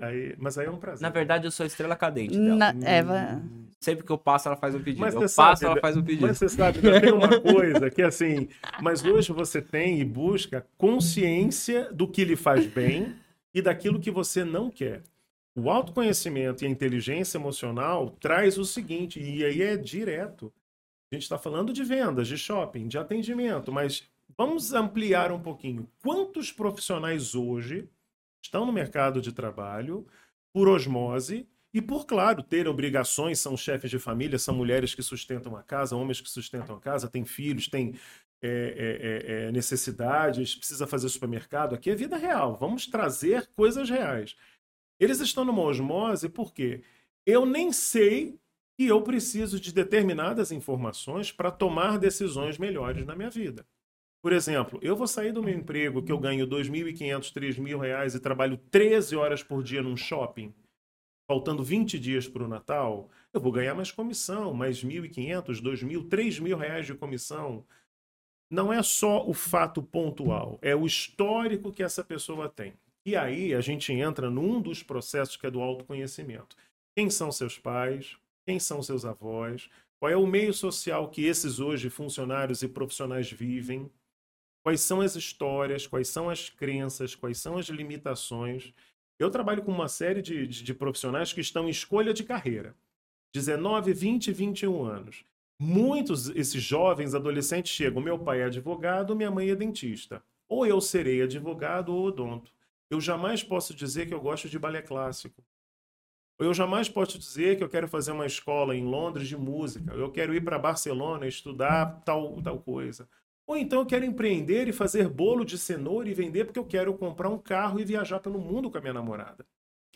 aí é um prazer. Na verdade, eu sou a estrela cadente dela. Sempre que eu passo, ela faz um pedido. Ela faz um pedido. Mas você sabe, tem uma coisa que assim... Mas hoje você tem e busca consciência do que lhe faz bem e daquilo que você não quer. O autoconhecimento e a inteligência emocional traz o seguinte, e aí é direto. A gente está falando de vendas, de shopping, de atendimento, mas vamos ampliar um pouquinho. Quantos profissionais hoje estão no mercado de trabalho por osmose e por, claro, ter obrigações, são chefes de família, são mulheres que sustentam a casa, homens que sustentam a casa, têm filhos, têm necessidades, precisa fazer supermercado. Aqui é vida real. Vamos trazer coisas reais. Eles estão numa osmose porque eu nem sei que eu preciso de determinadas informações para tomar decisões melhores na minha vida. Por exemplo, eu vou sair do meu emprego que eu ganho R$ 2.500, R$ 3.000 e trabalho 13 horas por dia num shopping, faltando 20 dias para o Natal, eu vou ganhar mais comissão, mais R$ 1.500, R$ 2.000, R$ 3.000 de comissão. Não é só o fato pontual, é o histórico que essa pessoa tem. E aí a gente entra num dos processos que é do autoconhecimento. Quem são seus pais? Quem são seus avós? Qual é o meio social que esses hoje funcionários e profissionais vivem? Quais são as histórias? Quais são as crenças? Quais são as limitações? Eu trabalho com uma série de profissionais que estão em escolha de carreira. 19, 20, 21 anos. Muitos, esses jovens adolescentes chegam, meu pai é advogado, minha mãe é dentista. Ou eu serei advogado ou odonto. Eu jamais posso dizer que eu gosto de balé clássico. Eu jamais posso dizer que eu quero fazer uma escola em Londres de música. Eu quero ir para Barcelona estudar tal coisa. Ou então eu quero empreender e fazer bolo de cenoura e vender porque eu quero comprar um carro e viajar pelo mundo com a minha namorada.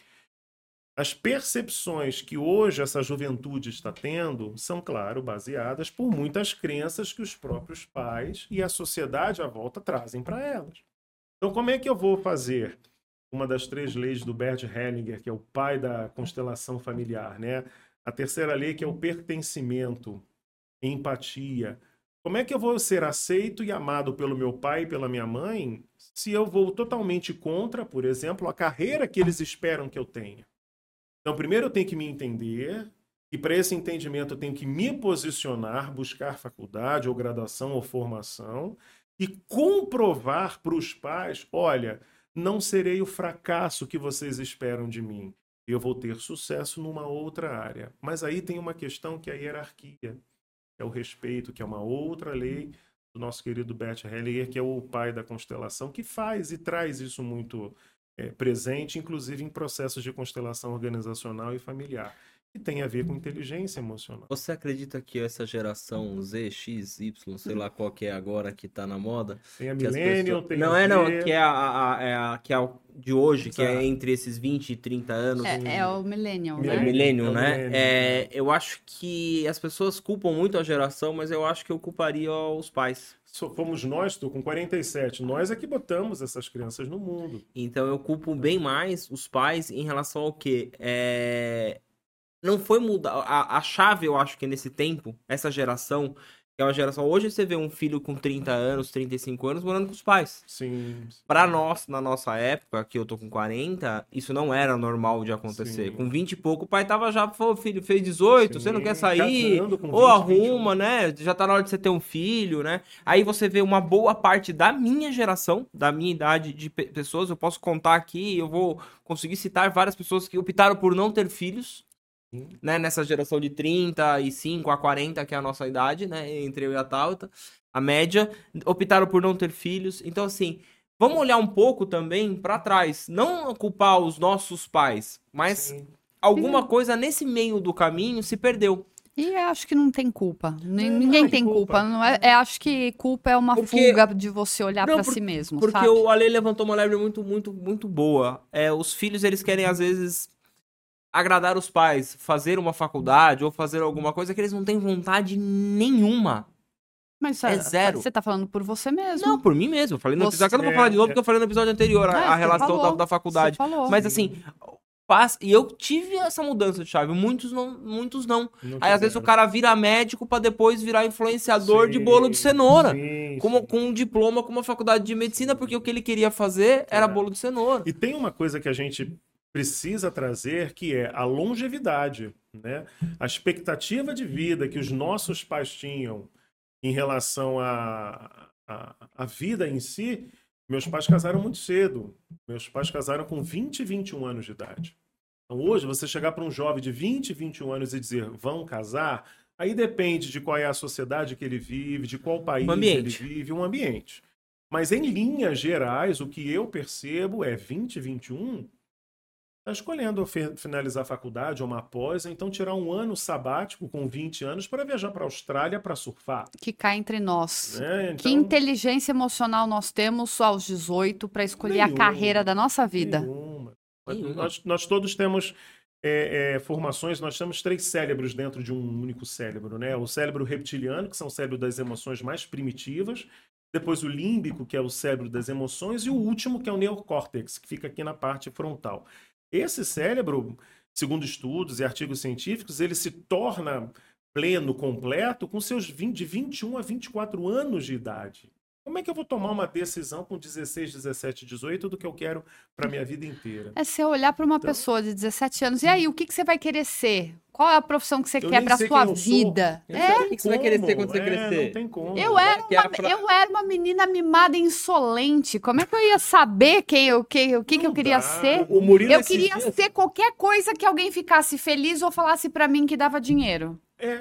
As percepções que hoje essa juventude está tendo são, claro, baseadas por muitas crenças que os próprios pais e a sociedade à volta trazem para elas. Então, como é que eu vou fazer uma das 3 leis do Bert Hellinger, que é o pai da constelação familiar, né? A terceira lei, que é o pertencimento, empatia. Como é que eu vou ser aceito e amado pelo meu pai e pela minha mãe se eu vou totalmente contra, por exemplo, a carreira que eles esperam que eu tenha? Então, primeiro eu tenho que me entender, e para esse entendimento eu tenho que me posicionar, buscar faculdade ou graduação ou formação, e comprovar para os pais, olha, não serei o fracasso que vocês esperam de mim. Eu vou ter sucesso numa outra área. Mas aí tem uma questão que é a hierarquia, que é o respeito, que é uma outra lei do nosso querido Bert Hellinger, que é o pai da constelação, que faz e traz isso muito presente, inclusive em processos de constelação organizacional e familiar, que tem a ver com inteligência emocional. Você acredita que essa geração Z, X, Y, sei lá qual que é agora que tá na moda? Tem a Millennium, tem não, a não, Z. que é a de hoje, que é Exato. entre esses 20 e 30 anos. É o Millennium, É né? Millennium, né? Millennium. Eu acho que as pessoas culpam muito a geração, mas eu acho que eu culparia os pais. Fomos nós, estou com 47, nós é que botamos essas crianças no mundo. Então eu culpo bem mais os pais em relação ao quê? Não foi mudar. A chave, eu acho que nesse tempo, essa geração, que é uma geração. Hoje você vê um filho com 30 anos, 35 anos morando com os pais. Sim. Pra nós, na nossa época, que eu tô com 40, isso não era normal de acontecer. Sim. Com 20 e pouco, o pai tava já, falou, filho, fez 18, Sim, você não quer sair? casando com Ou 20, arruma, né? Já tá na hora de você ter um filho, né? Aí você vê uma boa parte da minha geração, da minha idade de pessoas, eu posso contar aqui, eu vou conseguir citar várias pessoas que optaram por não ter filhos, né, nessa geração de 35 a 40, que é a nossa idade, né, entre eu e a Tauta, a média, optaram por não ter filhos. Então, assim, vamos olhar um pouco também pra trás, não culpar os nossos pais, mas Sim. alguma coisa nesse meio do caminho se perdeu. E eu acho que não tem culpa. Não Ninguém é tem culpa. culpa. Não é, acho que culpa é uma fuga de você olhar pra si mesmo, Porque sabe? o Ale levantou uma lebre muito, muito, muito boa. Os filhos, eles querem, às vezes, agradar os pais, fazer uma faculdade ou fazer alguma coisa que eles não têm vontade nenhuma. Mas é zero. Você tá falando por você mesmo. Não, por mim mesmo. Eu falei no Você- episódio, que eu não vou falar de novo, porque eu falei no episódio anterior, a você relação falou, da faculdade. Você falou. Mas assim, e eu tive essa mudança de chave, muitos não. Não Aí às vezes o tiveram. cara vira médico pra depois virar influenciador de Sim, bolo de cenoura. sim, Com um diploma, com uma faculdade de medicina, porque o que ele queria fazer era bolo de cenoura. E tem uma coisa que a gente precisa trazer, que é a longevidade, né? A expectativa de vida que os nossos pais tinham em relação à vida em si. Meus pais casaram muito cedo. Meus pais casaram com 20 e 21 anos de idade. Então hoje, você chegar para um jovem de 20 e 21 anos e dizer, vão casar, aí depende de qual é a sociedade que ele vive, de qual país ele vive, um ambiente. Mas em linhas gerais, o que eu percebo é 20 e 21... está escolhendo finalizar a faculdade ou uma pós, ou então tirar um ano sabático com 20 anos para viajar para a Austrália para surfar. Que cá entre nós. Né? Que Então, inteligência emocional nós temos aos 18 para escolher a Nenhuma. carreira da nossa vida? nenhuma. Nenhuma. Nós todos temos formações, nós temos 3 cérebros dentro de um único cérebro, né? O cérebro reptiliano, que são o cérebro das emoções mais primitivas, depois o límbico, que é o cérebro das emoções, e o último, que é o neocórtex, que fica aqui na parte frontal. Esse cérebro, segundo estudos e artigos científicos, ele se torna pleno, completo, com seus de 21 a 24 anos de idade. Como é que eu vou tomar uma decisão com 16, 17, 18 do que eu quero para minha vida inteira? É você olhar para uma Então- pessoa de 17 anos, e aí, o que você vai querer ser? Qual é a profissão que você Eu quer nem para sei sua quem eu sou. vida? O que você vai querer ser quando você crescer? Não tem como. Eu era uma menina mimada e insolente. Como é que eu ia saber o que eu queria dá. ser? O Murilo Eu esses queria dias- ser qualquer coisa que alguém ficasse feliz ou falasse pra mim que dava dinheiro.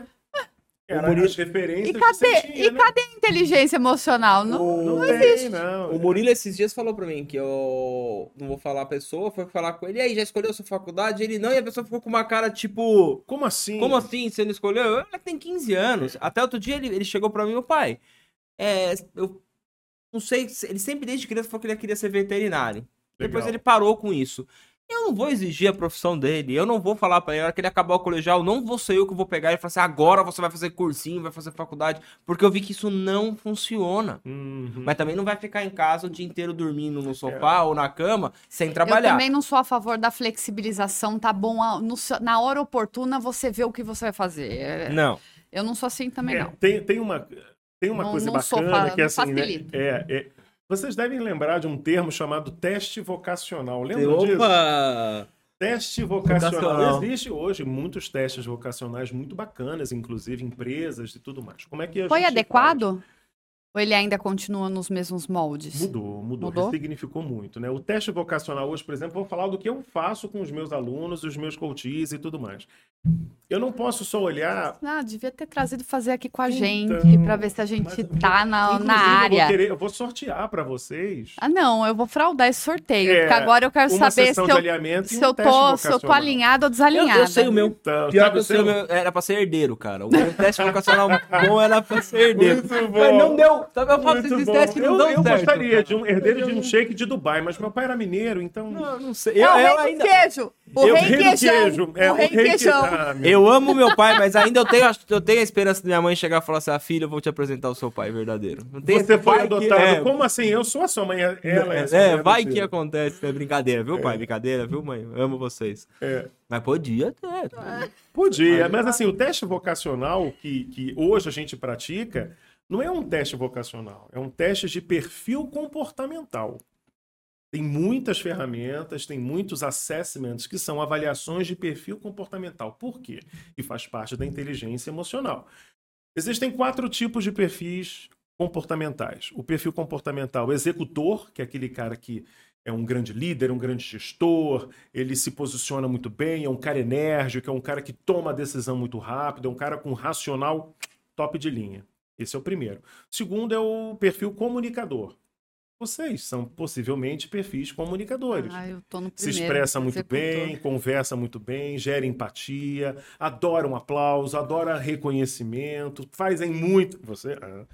Era Murilo- as referências E que cadê, você tinha, e né? cadê a inteligência emocional? Não, Não existe. tem, não. O Murilo esses dias falou pra mim que eu não vou falar a pessoa, foi falar com ele, e aí, já escolheu sua faculdade? Ele não, e a pessoa ficou com uma cara tipo, Como assim? como assim, você não escolheu? Eu tem 15 anos. Até outro dia ele chegou pra mim, meu pai, eu não sei, ele sempre desde criança falou que ele queria ser veterinário. Depois Legal. ele parou com isso. Eu não vou exigir a profissão dele, eu não vou falar pra ele, na hora que ele acabar o colegial, não vou ser eu que vou pegar e falar assim, agora você vai fazer cursinho, vai fazer faculdade, porque eu vi que isso não funciona. Uhum. Mas também não vai ficar em casa o dia inteiro dormindo no sofá ou na cama, sem Eu trabalhar. também não sou a favor da flexibilização, tá bom? Na hora oportuna você vê o que você vai fazer. Não. Eu não sou assim também, não. Tem uma Não- coisa não sou bacana que é não assim, né? facilito. Vocês devem lembrar de um termo chamado teste vocacional. Lembram disso? Opa! Teste vocacional. Vocacional. Existe hoje muitos testes vocacionais muito bacanas, inclusive empresas e tudo mais. Como é que a Foi gente adequado? Ou ele ainda continua nos mesmos moldes? Mudou, Mudou? significou muito, né? O teste vocacional hoje, por exemplo, vou falar do que eu faço com os meus alunos, os meus coaches e tudo mais. Eu não posso só olhar... Ah, devia ter trazido fazer aqui com a Então, gente, pra ver se a gente mas- tá na Inclusive, área. Eu vou sortear para vocês Ah, não, eu vou fraudar esse sorteio, É, porque agora eu quero uma saber sessão se de eu, alinhamento e se um eu teste tô vocacional. alinhada ou desalinhada. Eu sei o meu. Então, Pior sabe que eu o sei seu? o meu. Era pra ser herdeiro, cara. O meu teste vocacional bom era pra ser herdeiro. Muito bom. Mas não deu. Sabe, eu faço Muito esses bom. testes que não dão eu certo. gostaria de um herdeiro de um shake de Dubai, mas meu pai era mineiro, então... Não sei. É o Eu rei do ainda. queijo. O Eu rei rei do queijão. queijo. O rei queijão. meu. Eu amo meu pai, mas ainda eu tenho a esperança de minha mãe chegar e falar assim: filha, eu vou te apresentar o seu pai verdadeiro. Não tem Você esse foi pai que- adotado. Como assim? Eu sou a sua mãe. Ela é a sua mãe vai adotiva. que acontece. É brincadeira, viu, pai? Brincadeira, viu, mãe? Eu amo vocês. É. Mas podia ter. Podia, mas assim, o teste vocacional que hoje a gente pratica não é um teste vocacional, é um teste de perfil comportamental. Tem muitas ferramentas, tem muitos assessments que são avaliações de perfil comportamental. Por quê? E faz parte da inteligência emocional. Existem 4 tipos de perfis comportamentais. O perfil comportamental executor, que é aquele cara que é um grande líder, um grande gestor, ele se posiciona muito bem, é um cara enérgico, é um cara que toma a decisão muito rápido, é um cara com racional top de linha. Esse é o primeiro. O segundo é o perfil comunicador. Vocês são possivelmente perfis comunicadores. Ah, eu tô no Se primeiro. expressa muito executor. bem, conversa muito bem, gera empatia, adora um aplauso, adora reconhecimento, fazem muito... Você...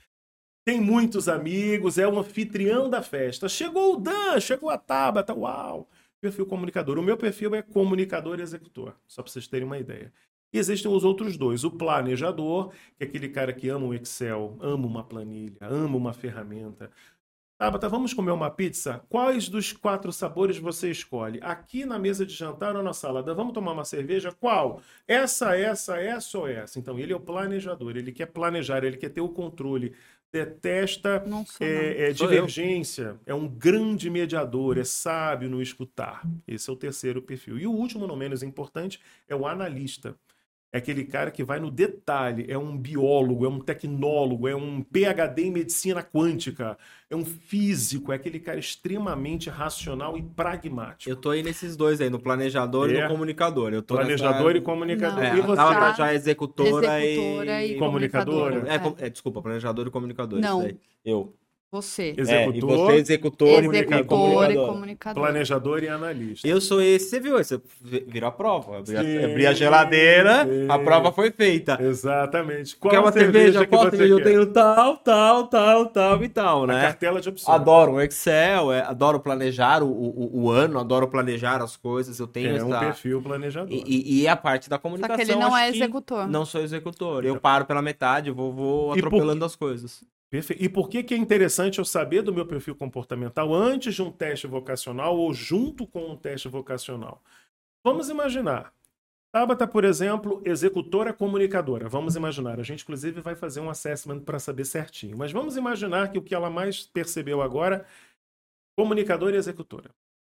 Tem muitos amigos, é o anfitrião da festa. Chegou o Dan, chegou a Tabata, uau! Perfil comunicador. O meu perfil é comunicador e executor, só para vocês terem uma ideia. E existem os outros dois. O planejador, que é aquele cara que ama o Excel, ama uma planilha, ama uma ferramenta. Tabata, vamos comer uma pizza? Quais dos 4 sabores você escolhe? Aqui na mesa de jantar ou na sala? Vamos tomar uma cerveja? Qual? Essa ou essa? Então, ele é o planejador, ele quer planejar, ele quer ter o controle. Detesta Não sou, não. Sou divergência, é um grande mediador, é sábio no escutar. Esse é o terceiro perfil. E o último, não menos importante, é o analista. É aquele cara que vai no detalhe, é um biólogo, é um tecnólogo, é um PhD em medicina quântica, é um físico, é aquele cara extremamente racional e pragmático. Eu tô aí nesses dois aí, no planejador e no comunicador. Eu tô Planejador nessa... e comunicador. Não. E A você? Tabata já é executora Executora e comunicadora. comunicadora. Desculpa, planejador e comunicador. Não. Isso daí. Eu. Você. E Executor, você, executor e Executor e comunicador. comunicador. planejador e analista. Eu sou esse, você viu? Você virou a prova. Sim, Abri a geladeira, sim. a prova foi feita. Exatamente. Qual Quer uma cerveja? que Qual você cerveja? Eu quer? tenho tal e tal, A né? cartela de opções. Adoro o Excel, adoro planejar o ano, adoro planejar as coisas. Eu tenho É essa... um perfil planejador. E a parte da Só comunicação, que ele não acho é que executor. não sou executor. Eu paro pela metade, vou E por atropelando as coisas. Perfeito. E por que é interessante eu saber do meu perfil comportamental antes de um teste vocacional ou junto com um teste vocacional? Vamos imaginar. Tabata, por exemplo, executora comunicadora. Vamos imaginar. A gente, inclusive, vai fazer um assessment para saber certinho. Mas vamos imaginar que o que ela mais percebeu agora, comunicadora e executora.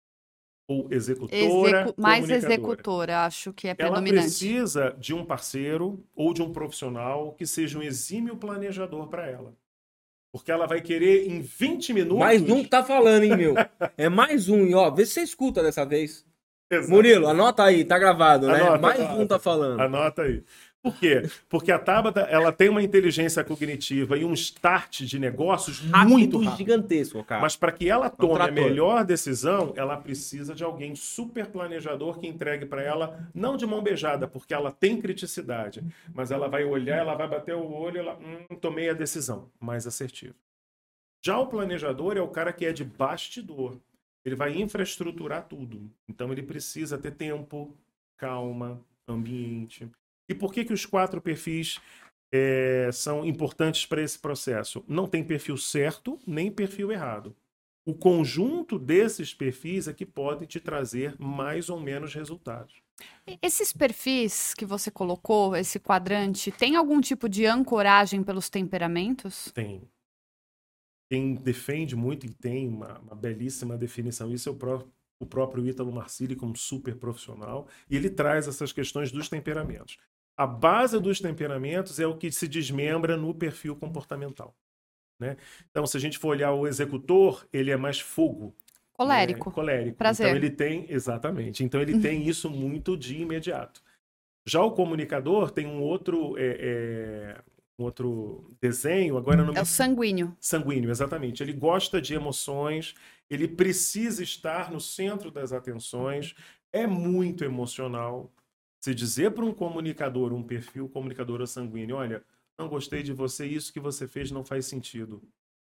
Ou executora, Mais comunicadora. executora, acho que é Ela predominante. precisa de um parceiro ou de um profissional que seja um exímio planejador para ela. Porque ela vai querer em 20 minutos... Mais um que tá falando, hein, meu? É mais um, e ó, vê se você escuta dessa vez. Exato. Murilo, anota aí, tá gravado, né? Anota, Mais anota. um tá falando. Anota aí. Por quê? Porque a Tabata, ela tem uma inteligência cognitiva e um start de negócios muito rápido. Gigantesco, cara. Mas para que ela tome a trator. melhor decisão, ela precisa de alguém super planejador que entregue para ela, não de mão beijada, porque ela tem criticidade, mas ela vai olhar, ela vai bater o olho, ela, tomei a decisão, mais assertiva. Já o planejador é o cara que é de bastidor. Ele vai infraestruturar tudo. Então ele precisa ter tempo, calma, ambiente. E por que os 4 perfis são importantes para esse processo? Não tem perfil certo, nem perfil errado. O conjunto desses perfis é que pode te trazer mais ou menos resultados. Esses perfis que você colocou, esse quadrante, tem algum tipo de ancoragem pelos temperamentos? Tem. Quem defende muito e tem uma belíssima definição, isso é o próprio Ítalo Marcilli como super profissional, e ele traz essas questões dos temperamentos. A base dos temperamentos é o que se desmembra no perfil comportamental, né? Então, se a gente for olhar o executor, ele é mais fogo. Colérico. Né? Colérico. Prazer. Então, ele tem, exatamente. Então, ele tem isso muito de imediato. Já o comunicador tem um outro desenho, agora não me... É o sanguíneo. Sanguíneo, exatamente. Ele gosta de emoções, ele precisa estar no centro das atenções, é muito emocional. Se dizer para um comunicador, um perfil comunicador ou sanguíneo, olha, não gostei de você, isso que você fez não faz sentido.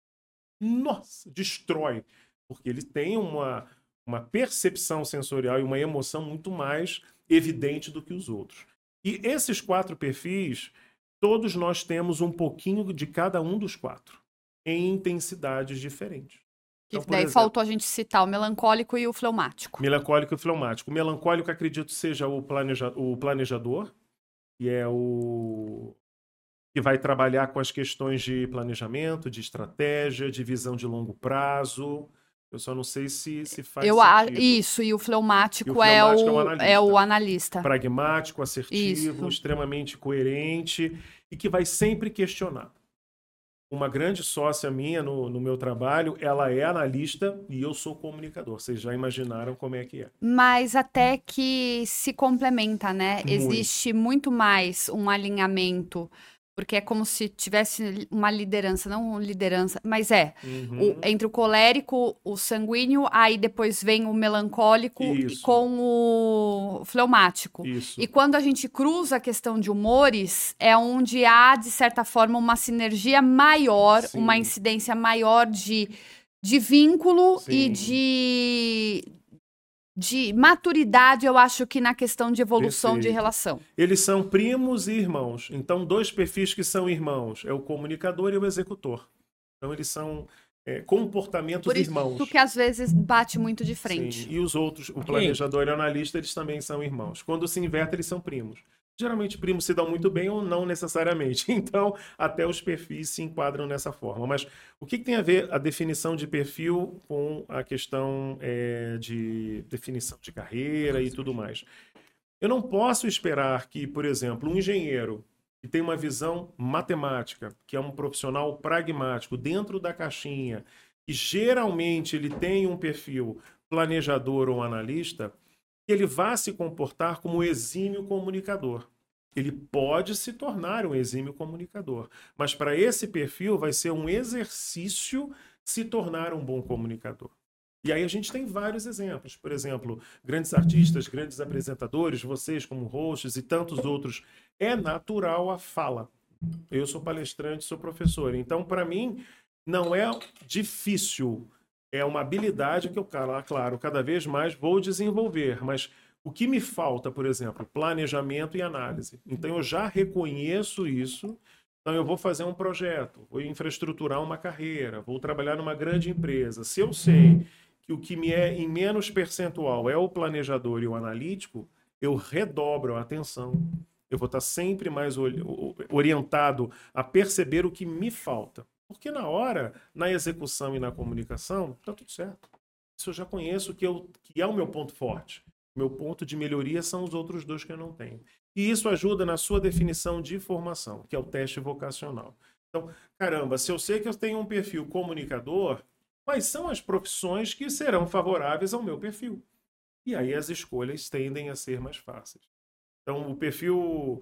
Nossa, destrói. Porque ele tem uma percepção sensorial e uma emoção muito mais evidente do que os outros. E esses 4 perfis, todos nós temos um pouquinho de cada um dos 4, em intensidades diferentes. Que Então, por daí exemplo, faltou a gente citar o melancólico e o fleumático. melancólico e fleumático. O melancólico, acredito, seja o planejador, que é o que vai trabalhar com as questões de planejamento, de estratégia, de visão de longo prazo. Eu só não sei se faz sentido. Isso, e o fleumático, E o fleumático é o analista. Pragmático, assertivo, Isso. extremamente coerente e que vai sempre questionar. Uma grande sócia minha no meu trabalho, ela é analista e eu sou comunicador. Vocês já imaginaram como é que é. Mas até que se complementa, né? Muito. Existe muito mais um alinhamento, porque é como se tivesse uma liderança, não liderança, mas entre o colérico, o sanguíneo, aí depois vem o melancólico Isso. com o fleumático. Isso. E quando a gente cruza a questão de humores, é onde há, de certa forma, uma sinergia maior, Sim. uma incidência maior de vínculo Sim. e de maturidade, eu acho que na questão de evolução de Perfeito. relação. Eles são primos e irmãos. Então, 2 perfis que são irmãos. É o comunicador e o executor. Então, eles são comportamentos Por isso irmãos. que às vezes bate muito de frente. Sim. E os outros, o planejador e o analista, eles também são irmãos. Quando se inverte, eles são primos. Geralmente, primos se dão muito bem ou não necessariamente. Então, até os perfis se enquadram nessa forma. Mas o que tem a ver a definição de perfil com a questão de definição de carreira e tudo mais? Eu não posso esperar que, por exemplo, um engenheiro que tem uma visão matemática, que é um profissional pragmático, dentro da caixinha, e geralmente ele tem um perfil planejador ou analista, que ele vá se comportar como um exímio comunicador. Ele pode se tornar um exímio comunicador, mas para esse perfil vai ser um exercício se tornar um bom comunicador. E aí a gente tem vários exemplos. Por exemplo, grandes artistas, grandes apresentadores, vocês como hosts e tantos outros. É natural a fala. Eu sou palestrante, sou professor. Então, para mim, não é difícil. É uma habilidade que eu, claro, cada vez mais vou desenvolver. Mas o que me falta, por exemplo, planejamento e análise. Então, eu já reconheço isso. Então, eu vou fazer um projeto, vou infraestruturar uma carreira, vou trabalhar numa grande empresa. Se eu sei que o que me é em menos percentual é o planejador e o analítico, eu redobro a atenção. Eu vou estar sempre mais orientado a perceber o que me falta. Porque na hora, na execução e na comunicação, está tudo certo. Isso eu já conheço que é o meu ponto forte. Meu ponto de melhoria são os outros dois que eu não tenho. E isso ajuda na sua definição de formação, que é o teste vocacional. Então, caramba, se eu sei que eu tenho um perfil comunicador, quais são as profissões que serão favoráveis ao meu perfil? E aí as escolhas tendem a ser mais fáceis. Então, o perfil,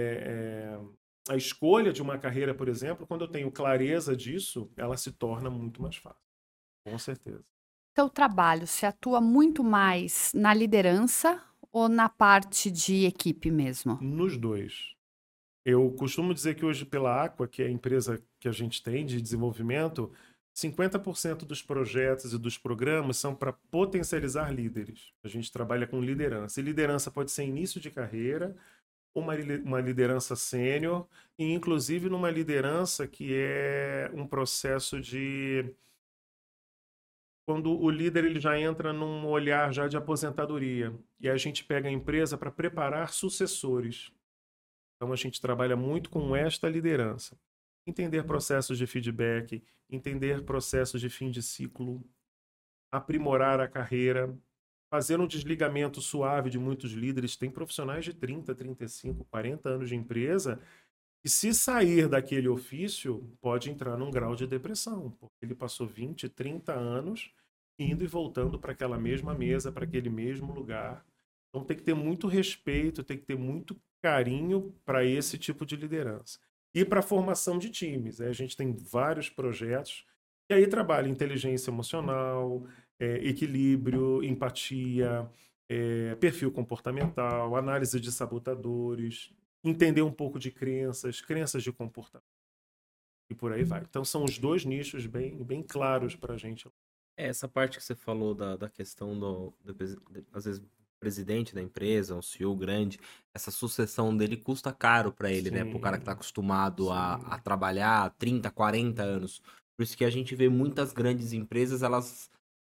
a escolha de uma carreira, por exemplo, quando eu tenho clareza disso, ela se torna muito mais fácil. Com certeza. Teu trabalho se atua muito mais na liderança ou na parte de equipe mesmo? Nos dois. Eu costumo dizer que hoje, pela Aqua, que é a empresa que a gente tem de desenvolvimento, 50% dos projetos e dos programas são para potencializar líderes. A gente trabalha com liderança. E liderança pode ser início de carreira, uma liderança sênior, e inclusive numa liderança que é um processo de... Quando o líder ele já entra num olhar já de aposentadoria. E aí a gente pega a empresa para preparar sucessores. Então a gente trabalha muito com esta liderança. Entender processos de feedback, entender processos de fim de ciclo, aprimorar a carreira, fazer um desligamento suave de muitos líderes. Tem profissionais de 30, 35, 40 anos de empresa e se sair daquele ofício, pode entrar num grau de depressão, porque ele passou 20, 30 anos indo e voltando para aquela mesma mesa, para aquele mesmo lugar. Então tem que ter muito respeito, tem que ter muito carinho para esse tipo de liderança. E para a formação de times. A gente tem vários projetos que aí trabalha inteligência emocional, equilíbrio, empatia, perfil comportamental, análise de sabotadores, entender um pouco de crenças de comportamento. E por aí vai. Então são os dois nichos bem claros para a gente. Essa parte que você falou da questão às vezes, presidente da empresa, um CEO grande, essa sucessão dele custa caro para ele, né? Pro cara que tá acostumado a trabalhar há 30, 40 anos. Por isso que a gente vê muitas grandes empresas, elas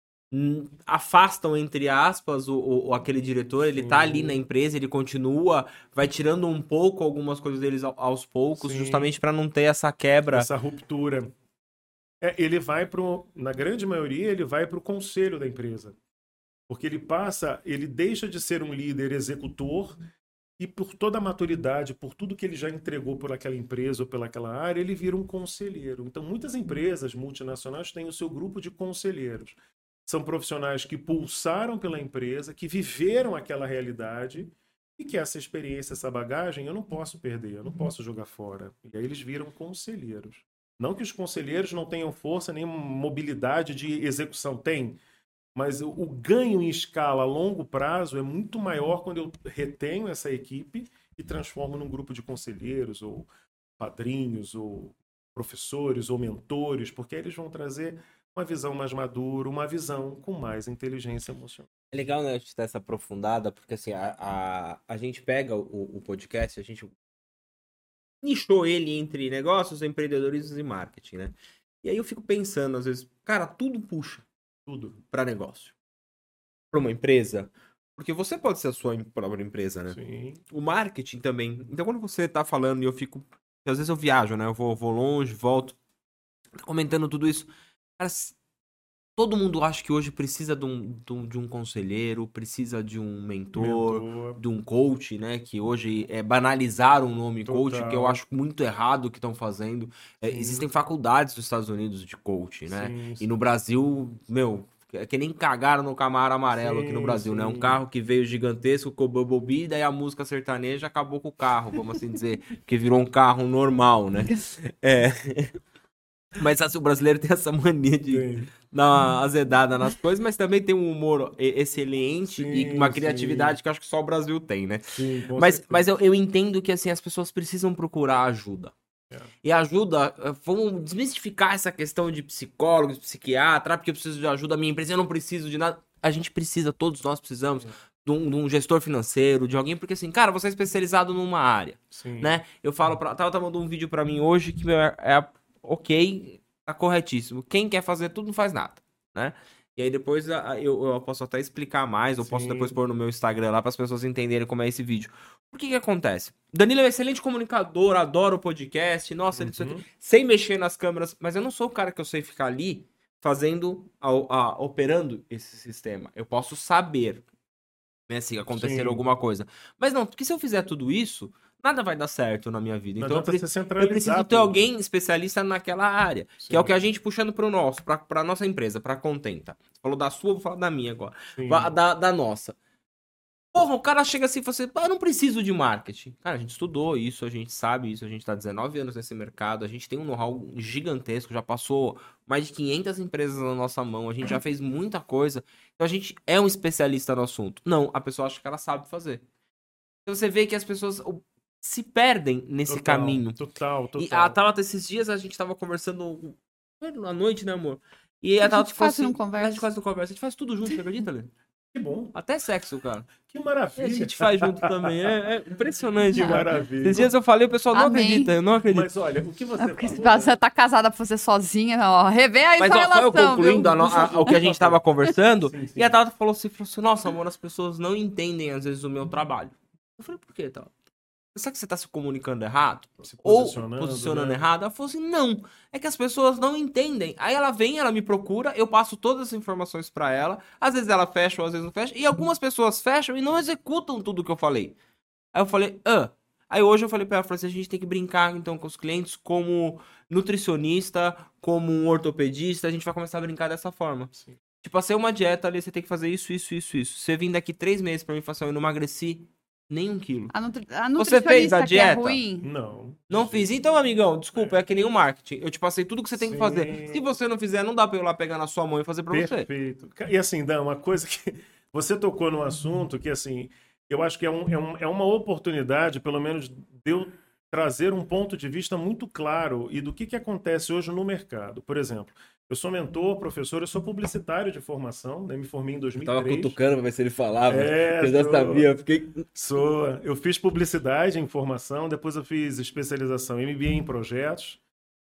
afastam, entre aspas, aquele diretor, ele tá ali na empresa, ele continua, vai tirando um pouco algumas coisas deles aos poucos, justamente para não ter essa quebra. Essa ruptura. Ele vai na grande maioria, ele vai para o conselho da empresa. Porque ele deixa de ser um líder executor e por toda a maturidade, por tudo que ele já entregou por aquela empresa ou pelaquela área, ele vira um conselheiro. Então, muitas empresas multinacionais têm o seu grupo de conselheiros. São profissionais que pulsaram pela empresa, que viveram aquela realidade e que essa experiência, essa bagagem, eu não posso perder, eu não posso jogar fora. E aí eles viram conselheiros. Não que os conselheiros não tenham força nem mobilidade de execução, tem. Mas o ganho em escala a longo prazo é muito maior quando eu retenho essa equipe e transformo num grupo de conselheiros, ou padrinhos, ou professores, ou mentores, porque aí eles vão trazer uma visão mais madura, uma visão com mais inteligência emocional. É legal, né, a gente ter essa aprofundada, porque assim, a gente pega o podcast, a gente nichou ele entre negócios, empreendedorismo e marketing, né? E aí eu fico pensando, às vezes, cara, tudo puxa. Tudo para negócio. Para uma empresa. Porque você pode ser a sua própria empresa, né? Sim. O marketing também. Então, quando você tá falando e eu fico... Às vezes eu viajo, né? Eu vou longe, volto. Comentando tudo isso. Cara, todo mundo acha que hoje precisa de um conselheiro, precisa de um mentor, de um coach, né? Que hoje banalizar o nome coach, que eu acho muito errado o que estão fazendo. Existem faculdades dos Estados Unidos de coach, né? Sim. E no Brasil, é que nem cagaram no Camaro amarelo aqui no Brasil, né? Um carro que veio gigantesco com o Bumblebee, daí a música sertaneja acabou com o carro, vamos assim dizer. Que virou um carro normal, né? Mas assim, o brasileiro tem essa mania de Tem. dar uma azedada nas coisas, mas também tem um humor excelente e Sim, uma sim. criatividade que eu acho que só o Brasil tem, né? Sim, com Mas certeza. eu entendo que assim, as pessoas precisam procurar ajuda. É. E ajuda, vamos desmistificar essa questão de psicólogos, psiquiatra, porque eu preciso de ajuda, a minha empresa, eu não preciso de nada. A gente precisa, todos nós precisamos de um gestor financeiro, de alguém, porque assim, cara, você é especializado numa área, Sim. né? Eu falo, tava mandando um vídeo pra mim hoje que meu, ok, tá corretíssimo. Quem quer fazer tudo não faz nada, né? E aí depois eu posso até explicar mais, eu posso Sim. depois pôr no meu Instagram lá para as pessoas entenderem como é esse vídeo. Por que acontece? Danilo é um excelente comunicador, adora o podcast, nossa, ele isso aqui, sem mexer nas câmeras, mas eu não sou o cara que eu sei ficar ali fazendo, operando esse sistema. Eu posso saber, né, se acontecer Sim. alguma coisa. Mas não, porque se eu fizer tudo isso, nada vai dar certo na minha vida. Não Então adianta você eu centralizar preciso ter tudo. alguém especialista naquela área, que é o Sim. que a gente puxando pro nosso, pra nossa empresa, pra Contenta. Você falou da sua, vou falar da minha agora. Sim. Da nossa. Porra, o cara chega assim e fala assim, eu não preciso de marketing. Cara, a gente estudou isso, a gente sabe isso, a gente tá 19 anos nesse mercado, a gente tem um know-how gigantesco, já passou mais de 500 empresas na nossa mão, a gente já fez muita coisa, então a gente é um especialista no assunto. Não, a pessoa acha que ela sabe fazer. Então você vê que as pessoas se perdem nesse caminho. Total. E a Tabata, esses dias a gente tava conversando à noite, né, amor? E A a Tabata gente falou quase não assim, conversa. a gente quase não conversa, a gente faz tudo junto, você acredita, Lê? Que bom. Até sexo, cara. Que A maravilha. gente faz junto também, é impressionante. Que cara. maravilha. Esses dias eu falei, o pessoal não Amém. acredita, eu não acredito. Mas olha, o que você É porque falou... você tá casada pra você sozinha, ó. Revê aí Mas sua ó, só eu relação, concluindo viu? o que a gente tava conversando, Sim, sim. e a Tabata falou assim, nossa, amor, as pessoas não entendem às vezes o meu trabalho. Eu falei, por quê, Tabata? Será que você tá se comunicando errado? Se Ou posicionando, posicionando né? errado? Ela falou assim, não, é que as pessoas não entendem. Aí ela vem, ela me procura, eu passo todas as informações pra ela, às vezes ela fecha ou às vezes não fecha, e algumas pessoas fecham e não executam tudo que eu falei. Aí eu falei, Aí hoje eu falei pra ela, a gente tem que brincar então com os clientes como nutricionista, como um ortopedista, a gente vai começar a brincar dessa forma. Sim. Tipo, passei uma dieta ali, você tem que fazer isso. Você vir daqui 3 meses pra mim e falar assim, eu não emagreci nem 1 quilo. A Você fez a nutricionista que é dieta? ruim. Não. Não fiz. Então, amigão, desculpa, é que nem o marketing. Eu te passei tudo que você tem que Sim. fazer. Se você não fizer, não dá pra eu ir lá pegar na sua mão e fazer pra você. Perfeito. E assim, Dan, uma coisa que você tocou num assunto que, assim, eu acho que é uma oportunidade, pelo menos, de eu trazer um ponto de vista muito claro e do que acontece hoje no mercado. Por exemplo, eu sou mentor, professor, eu sou publicitário de formação, né? Me formei em 2003. pra ver se ele falava. É, sou. eu fiquei... Eu fiz publicidade em formação, depois eu fiz especialização MBA em projetos,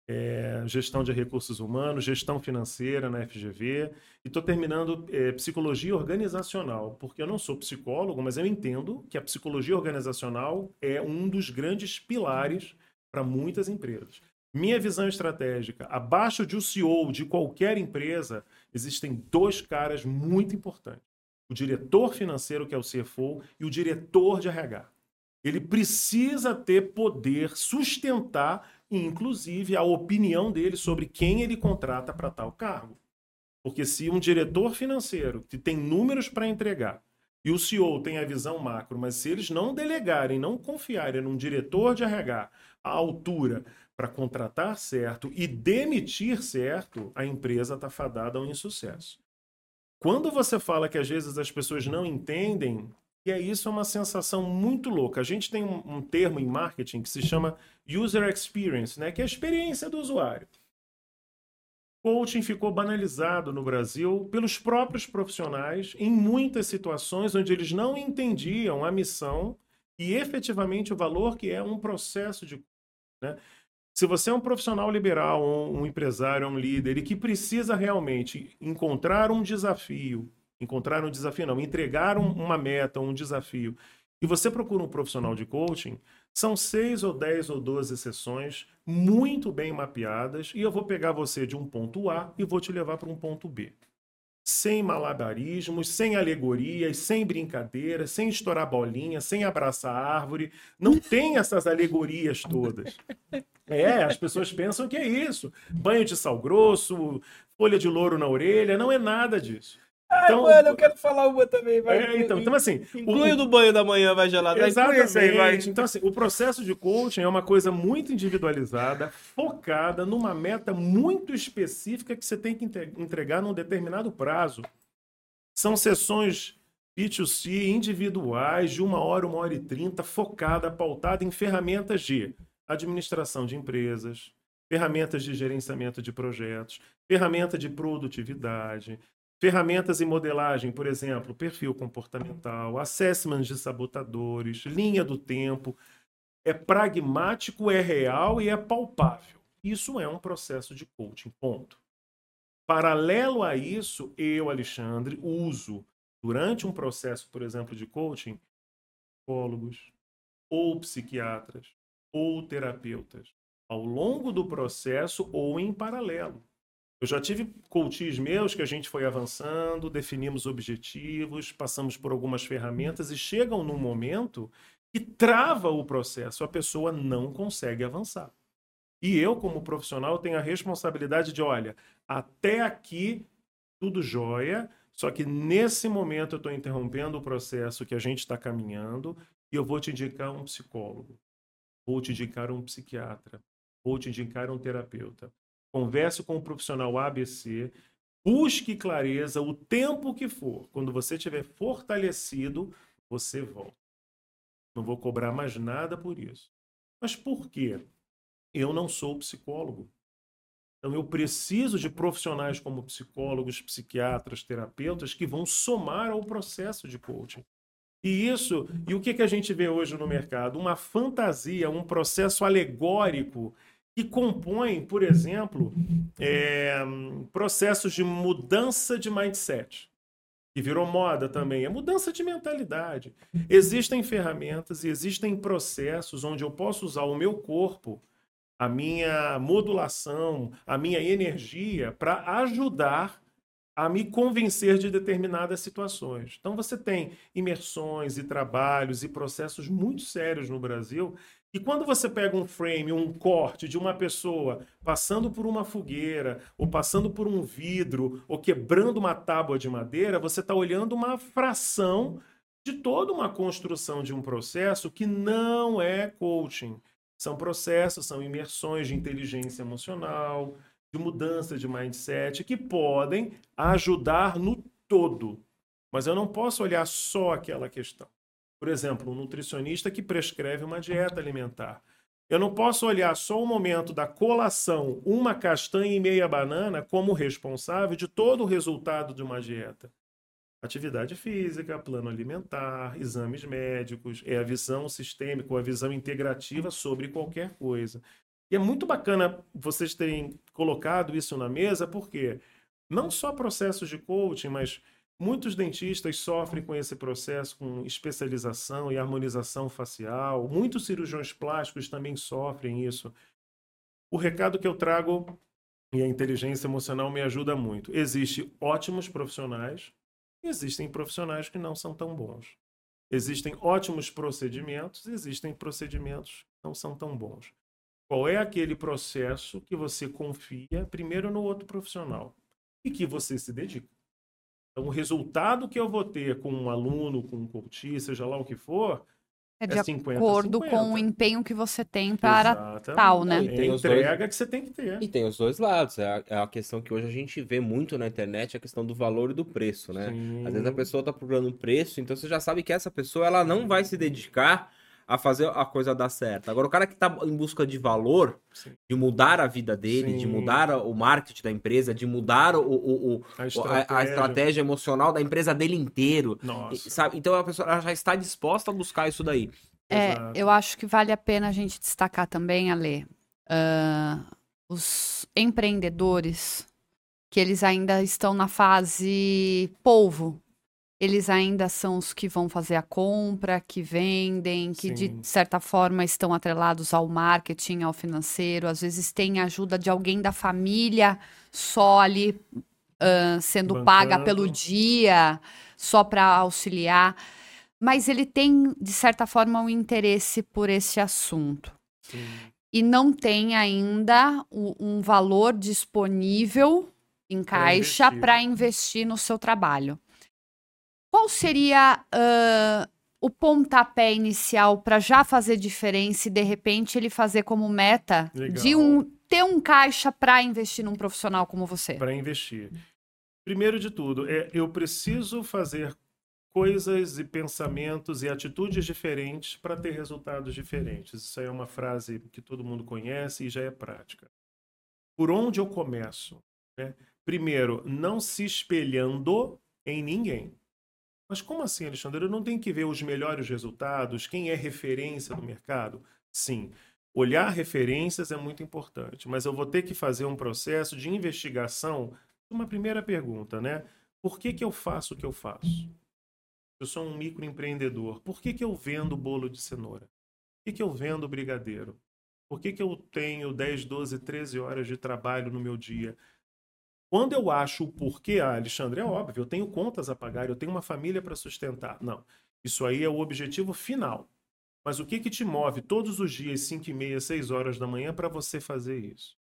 gestão de recursos humanos, gestão financeira na FGV, e estou terminando psicologia organizacional, porque eu não sou psicólogo, mas eu entendo que a psicologia organizacional é um dos grandes pilares para muitas empresas. Minha visão estratégica, abaixo de um CEO de qualquer empresa, existem 2 caras muito importantes. O diretor financeiro, que é o CFO, e o diretor de RH. Ele precisa ter poder, sustentar, inclusive, a opinião dele sobre quem ele contrata para tal cargo. Porque se um diretor financeiro que tem números para entregar e o CEO tem a visão macro, mas se eles não delegarem, não confiarem num diretor de RH à altura para contratar certo e demitir certo, a empresa está fadada ao insucesso. Quando você fala que às vezes as pessoas não entendem, isso é uma sensação muito louca. A gente tem um termo em marketing que se chama user experience, né? Que é a experiência do usuário. Coaching ficou banalizado no Brasil pelos próprios profissionais em muitas situações onde eles não entendiam a missão e efetivamente o valor que é um processo de... né? Se você é um profissional liberal, um empresário, um líder e que precisa realmente entregar um desafio, entregar uma meta, um desafio, e você procura um profissional de coaching, são 6 ou 10 ou 12 sessões muito bem mapeadas e eu vou pegar você de um ponto A e vou te levar para um ponto B. Sem malabarismos, sem alegorias, sem brincadeiras, sem estourar bolinha, sem abraçar árvore. Não tem essas alegorias todas. As pessoas pensam que é isso. Banho de sal grosso, folha de louro na orelha, não é nada disso. Então, Mano, eu quero falar uma também, vai. então assim... Inclui o do banho da manhã, vai gelado. Exatamente. Então, assim, o processo de coaching é uma coisa muito individualizada, focada numa meta muito específica que você tem que entregar num determinado prazo. São sessões B2C individuais de 1 hora e 30, focada, pautada em ferramentas de administração de empresas, ferramentas de gerenciamento de projetos, ferramenta de produtividade, ferramentas em modelagem, por exemplo, perfil comportamental, assessment de sabotadores, linha do tempo. É pragmático, é real e é palpável. Isso é um processo de coaching, ponto. Paralelo a isso, eu, Alexandre, uso, durante um processo, por exemplo, de coaching, psicólogos, ou psiquiatras, ou terapeutas, ao longo do processo ou em paralelo. Eu já tive coaches meus que a gente foi avançando, definimos objetivos, passamos por algumas ferramentas e chegam num momento que trava o processo, a pessoa não consegue avançar. E eu, como profissional, tenho a responsabilidade de, olha, até aqui tudo jóia, só que nesse momento eu estou interrompendo o processo que a gente está caminhando e eu vou te indicar um psicólogo, vou te indicar um psiquiatra, vou te indicar um terapeuta. Converse com o profissional ABC, busque clareza o tempo que for. Quando você estiver fortalecido, você volta. Não vou cobrar mais nada por isso. Mas por quê? Eu não sou psicólogo. Então eu preciso de profissionais como psicólogos, psiquiatras, terapeutas que vão somar ao processo de coaching. E o que a gente vê hoje no mercado? Uma fantasia, um processo alegórico que compõe, por exemplo, processos de mudança de mindset, que virou moda também, é mudança de mentalidade. Existem ferramentas e existem processos onde eu posso usar o meu corpo, a minha modulação, a minha energia para ajudar a me convencer de determinadas situações. Então você tem imersões e trabalhos e processos muito sérios no Brasil e quando você pega um frame, um corte de uma pessoa passando por uma fogueira, ou passando por um vidro, ou quebrando uma tábua de madeira, você está olhando uma fração de toda uma construção de um processo que não é coaching. São processos, são imersões de inteligência emocional, de mudança de mindset, que podem ajudar no todo. Mas eu não posso olhar só aquela questão. Por exemplo, um nutricionista que prescreve uma dieta alimentar. Eu não posso olhar só o momento da colação, uma castanha e meia banana, como responsável de todo o resultado de uma dieta. Atividade física, plano alimentar, exames médicos, é a visão sistêmica, a visão integrativa sobre qualquer coisa. E é muito bacana vocês terem colocado isso na mesa, porque não só processos de coaching, mas muitos dentistas sofrem com esse processo, com especialização e harmonização facial. Muitos cirurgiões plásticos também sofrem isso. O recado que eu trago, e a inteligência emocional me ajuda muito. Existem ótimos profissionais, existem profissionais que não são tão bons. Existem ótimos procedimentos, existem procedimentos que não são tão bons. Qual é aquele processo que você confia primeiro no outro profissional e que você se dedica? Então, o resultado que eu vou ter com um aluno, com um coach, seja lá o que for, É de 50, acordo 50. com o empenho que você tem para Exatamente. tal, né? E tem É a os entrega dois- que você tem que ter. E tem os dois lados. É a questão que hoje a gente vê muito na internet, a questão do valor e do preço, né? Sim. Às vezes a pessoa tá procurando um preço, então você já sabe que essa pessoa ela não vai se dedicar a fazer a coisa dar certo. Agora, o cara que tá em busca de valor, Sim. de mudar a vida dele, Sim. de mudar o marketing da empresa, de mudar a estratégia emocional da empresa dele inteiro, Nossa. sabe? Então a pessoa ela já está disposta a buscar isso daí. Exato. Eu acho que vale a pena a gente destacar também, Ale, os empreendedores, que eles ainda estão na fase polvo. Eles ainda são os que vão fazer a compra, que vendem, que Sim. de certa forma estão atrelados ao marketing, ao financeiro. Às vezes tem ajuda de alguém da família só ali sendo Bancando. paga pelo dia, só para auxiliar. Mas ele tem, de certa forma, um interesse por esse assunto. Sim. E não tem ainda um valor disponível em caixa para investir no seu trabalho. Qual seria o pontapé inicial para já fazer diferença e, de repente, ele fazer como meta de ter um caixa para investir num profissional como você? Para investir. Primeiro de tudo, eu preciso fazer coisas e pensamentos e atitudes diferentes para ter resultados diferentes. Isso aí é uma frase que todo mundo conhece e já é prática. Por onde eu começo? Né? Primeiro, não se espelhando em ninguém. Mas como assim, Alexandre? Eu não tenho que ver os melhores resultados, quem é referência no mercado? Sim, olhar referências é muito importante, mas eu vou ter que fazer um processo de investigação. Uma primeira pergunta, né? Por que eu faço o que eu faço? Eu sou um microempreendedor. Por que eu vendo bolo de cenoura? Por que eu vendo brigadeiro? Por que eu tenho 10, 12, 13 horas de trabalho no meu dia? Quando eu acho o porquê, Alexandre, é óbvio, eu tenho contas a pagar, eu tenho uma família para sustentar. Não, isso aí é o objetivo final. Mas o que te move todos os dias, 5h30, 6 horas da manhã, para você fazer isso?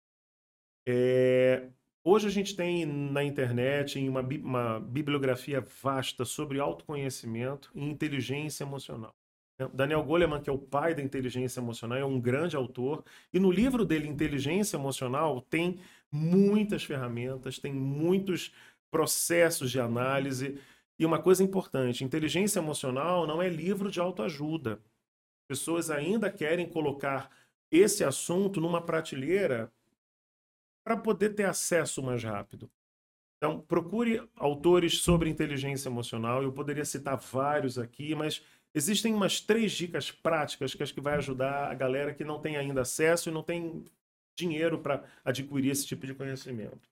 Hoje a gente tem na internet uma bibliografia vasta sobre autoconhecimento e inteligência emocional. Daniel Goleman, que é o pai da inteligência emocional, é um grande autor. E no livro dele, Inteligência Emocional, tem muitas ferramentas, tem muitos processos de análise. E uma coisa importante, inteligência emocional não é livro de autoajuda. Pessoas ainda querem colocar esse assunto numa prateleira para poder ter acesso mais rápido. Então, procure autores sobre inteligência emocional. Eu poderia citar vários aqui, mas existem umas 3 dicas práticas que acho que vai ajudar a galera que não tem ainda acesso e não tem dinheiro para adquirir esse tipo de conhecimento.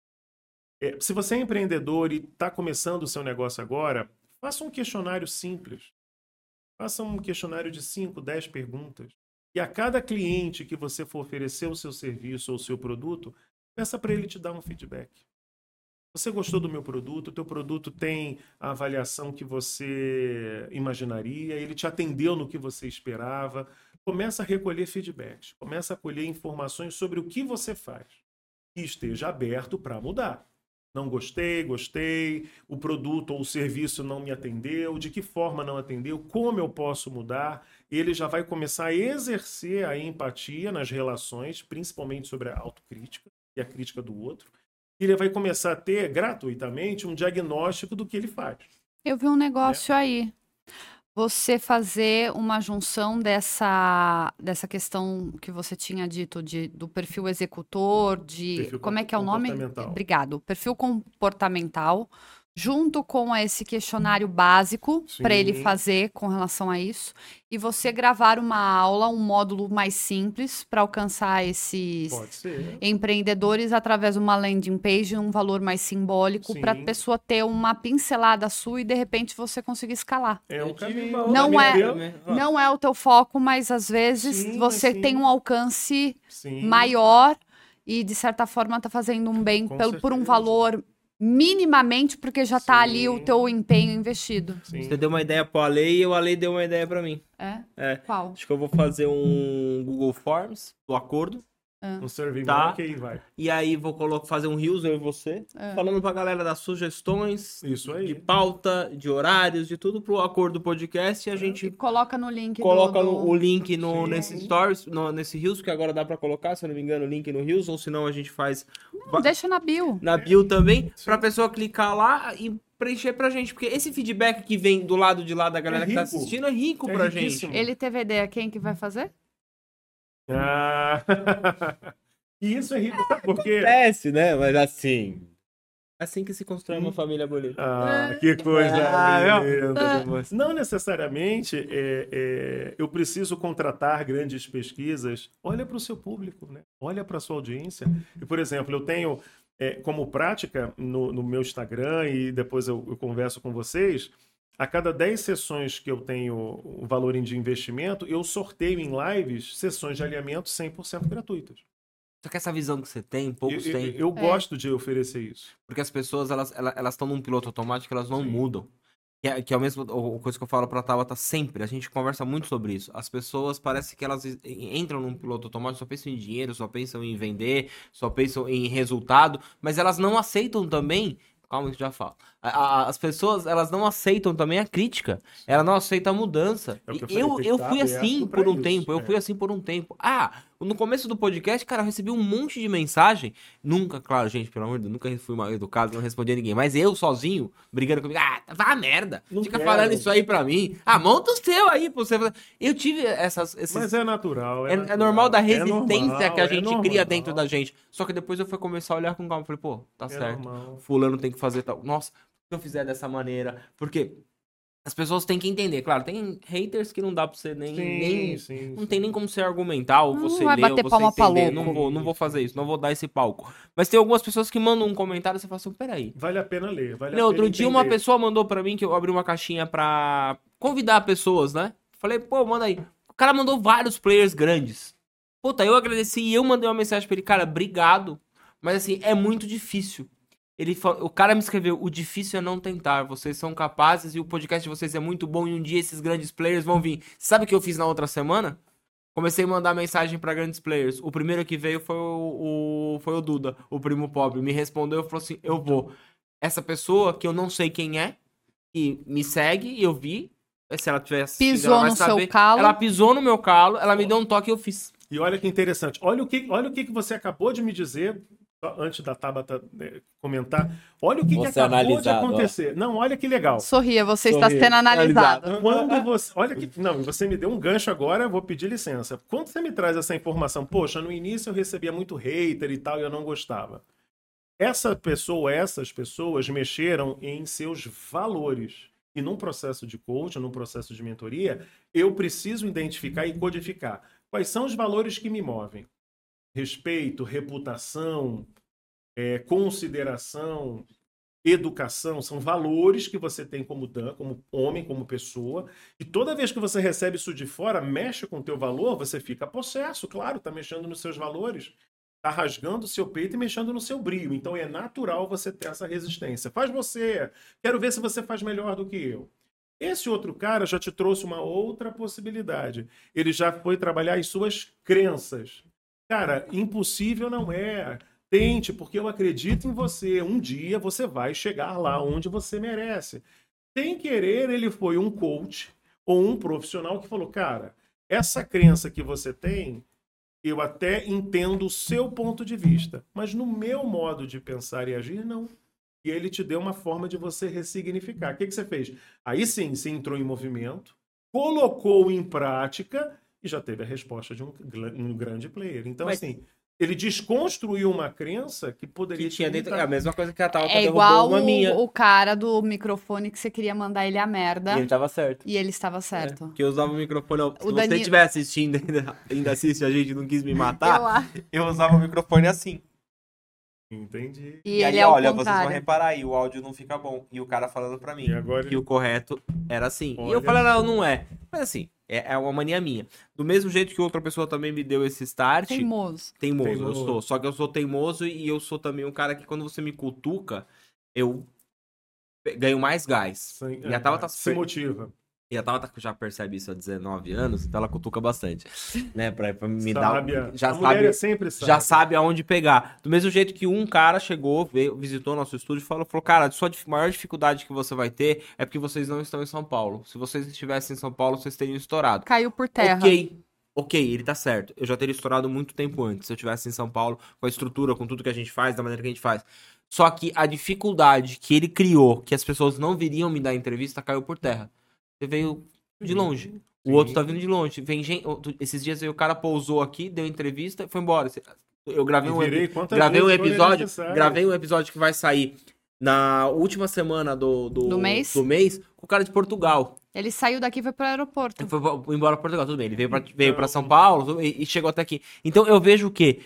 Se você é empreendedor e está começando o seu negócio agora, faça um questionário simples. Faça um questionário de 5, 10 perguntas. E a cada cliente que você for oferecer o seu serviço ou o seu produto, peça para ele te dar um feedback. Você gostou do meu produto? O teu produto tem a avaliação que você imaginaria? Ele te atendeu no que você esperava? Começa a recolher feedbacks. Começa a colher informações sobre o que você faz. E esteja aberto para mudar. Não gostei, o produto ou o serviço não me atendeu, de que forma não atendeu, como eu posso mudar. Ele já vai começar a exercer a empatia nas relações, principalmente sobre a autocrítica e a crítica do outro. Ele vai começar a ter, gratuitamente, um diagnóstico do que ele faz. Eu vi um negócio aí. Você fazer uma junção dessa questão que você tinha dito do perfil executor, como é que é o nome? Obrigado. Perfil comportamental, junto com esse questionário básico para ele fazer com relação a isso, e você gravar uma aula, um módulo mais simples para alcançar esses empreendedores através de uma landing page, um valor mais simbólico, para a pessoa ter uma pincelada sua e de repente você conseguir escalar. Não é o teu foco, mas às vezes você tem um alcance maior e de certa forma está fazendo um bem por um valor minimamente, porque já tá ali o teu empenho investido. Você deu uma ideia pro Ale e o Ale deu uma ideia pra mim. Qual? Acho que eu vou fazer um Google Forms do acordo. Um survey monkey e vai. E aí vou fazer um Reels, eu e você, falando pra galera das sugestões de pauta, de horários, de tudo pro acordo do podcast, e a gente coloca no link o link nesse Stories, nesse Reels, que agora dá pra colocar, se eu não me engano, o link no Reels, ou senão a gente faz... deixa na bio. Na bio também, pra pessoa clicar lá e preencher pra gente, porque esse feedback que vem do lado de lá da galera que tá assistindo é rico pra gente. Ele teve ideia, quem que vai fazer? E isso é rico, sabe por quê? Acontece, né? Mas assim que se constrói uma família bonita. Que coisa linda. Não necessariamente eu preciso contratar grandes pesquisas. Olha para o seu público, né? Olha para a sua audiência. E, por exemplo, eu tenho como prática no meu Instagram, e depois eu converso com vocês, a cada 10 sessões que eu tenho o valor de investimento, eu sorteio em lives sessões de alinhamento 100% gratuitas. Só que essa visão que você tem, poucos têm. Eu gosto de oferecer isso. Porque as pessoas, elas estão num piloto automático, elas não mudam. Que é a mesma coisa que eu falo pra Tabata sempre. A gente conversa muito sobre isso. As pessoas parece que elas entram num piloto automático, só pensam em dinheiro, só pensam em vender, só pensam em resultado, mas elas não aceitam também. Calma que eu já falo. As pessoas, elas não aceitam também a crítica. Elas não aceitam a mudança. É o que eu E falei, tem que eu estar fui aberto assim pra por um isso, tempo. Eu é. fui assim por um tempo. No começo do podcast, cara, eu recebi um monte de mensagem. Nunca, claro, gente, pelo amor de Deus, nunca fui mal educado, não respondi a ninguém. Mas eu sozinho, brigando comigo, vá a merda. Não Fica quero. falando isso aí pra mim. Monta o seu aí pra você fazer. Eu tive esses... Mas é natural. É normal da É resistência normal, que a gente cria normal. dentro da gente. Só que depois eu fui começar a olhar com calma. Falei, pô, tá certo. Normal. Fulano tem que fazer tal. Nossa, se eu fizer dessa maneira. Porque as pessoas têm que entender. Claro, tem haters que não dá pra você nem Sim. não tem nem como você argumentar, ou Não você vai ler, ou bater você palma pra entender. louco. Não vou fazer isso, não vou dar esse palco. Mas tem algumas pessoas que mandam um comentário e você fala assim, peraí. Vale a pena ler. Outro dia uma pessoa mandou pra mim que eu abri uma caixinha pra convidar pessoas, né? Falei, pô, manda aí. O cara mandou vários players grandes. Puta, eu agradeci e eu mandei uma mensagem pra ele, cara, obrigado. Mas assim, é muito difícil. O cara me escreveu, o difícil é não tentar, vocês são capazes e o podcast de vocês é muito bom e um dia esses grandes players vão vir. Sabe o que eu fiz na outra semana? Comecei a mandar mensagem pra grandes players. O primeiro que veio foi o Duda, o primo pobre. Me respondeu e falou assim, eu vou. Essa pessoa, que eu não sei quem é, que me segue e eu vi, se ela tiver assistindo, Pisou ela vai no saber. seu calo. Ela pisou no meu calo, ela me deu um toque e eu fiz. E olha que interessante. Olha o que você acabou de me dizer, antes da Tabata comentar. Olha o que acabou de analisado, acontecer. Não, olha que legal. Sorria, você está sendo analisado. Quando você. Olha que. Não, você me deu um gancho agora, eu vou pedir licença. Quando você me traz essa informação, poxa, no início eu recebia muito hater e tal, e eu não gostava. Essas pessoas mexeram em seus valores. E num processo de coaching, num processo de mentoria, eu preciso identificar e codificar quais são os valores que me movem. Respeito, reputação, consideração, educação, são valores que você tem como homem, como pessoa, e toda vez que você recebe isso de fora, mexe com o teu valor, você fica possesso, claro, está mexendo nos seus valores, está rasgando o seu peito e mexendo no seu brilho, então é natural você ter essa resistência. Quero ver se você faz melhor do que eu. Esse outro cara já te trouxe uma outra possibilidade, ele já foi trabalhar as suas crenças. Cara, impossível não é. Tente, porque eu acredito em você. Um dia você vai chegar lá onde você merece. Sem querer, ele foi um coach ou um profissional que falou, cara, essa crença que você tem, eu até entendo o seu ponto de vista, mas no meu modo de pensar e agir, não. E ele te deu uma forma de você ressignificar. O que você fez? Aí sim, você entrou em movimento, colocou em prática e já teve a resposta de um grande player. Então, assim, ele desconstruiu uma crença que poderia... Que tinha dentro, a mesma coisa que a Tabata É igual uma minha. o cara do microfone que você queria mandar ele a merda. E ele tava certo. E ele estava certo. Que eu usava o microfone. Se você Danilo... estiver assistindo, ainda assiste a gente, não quis me matar, eu usava o microfone assim. Entendi. E aí, ele é olha, o vocês vão contrário. reparar aí, o áudio não fica bom. E o cara falando pra mim E agora que o correto era assim. Olha E eu falei, não é. Mas assim, é uma mania minha. Do mesmo jeito que outra pessoa também me deu esse start. Teimoso. Teimoso, eu sou. Só que eu sou teimoso e eu sou também um cara que quando você me cutuca, eu ganho mais gás. E a Tabata se motiva. E a Tabata já percebe isso há 19 anos, então ela cutuca bastante, né? Pra me Sábia. dar... A mulher é sempre sábia. Já sabe aonde pegar. Do mesmo jeito que um cara chegou, visitou nosso estúdio e falou, cara, a maior dificuldade que você vai ter é porque vocês não estão em São Paulo. Se vocês estivessem em São Paulo, vocês teriam estourado. Caiu por terra. Ok, ele tá certo. Eu já teria estourado muito tempo antes, se eu estivesse em São Paulo, com a estrutura, com tudo que a gente faz, da maneira que a gente faz. Só que a dificuldade que ele criou, que as pessoas não viriam me dar entrevista, caiu por terra. Você veio de longe. O outro tá vindo de longe. Vem gente... Esses dias aí o cara pousou aqui, deu entrevista e foi embora. Eu gravei um episódio que vai sair na última semana do mês com o cara de Portugal. Ele saiu daqui e foi pro aeroporto. Foi embora para Portugal, tudo bem. Ele veio para São Paulo e chegou até aqui. Então eu vejo que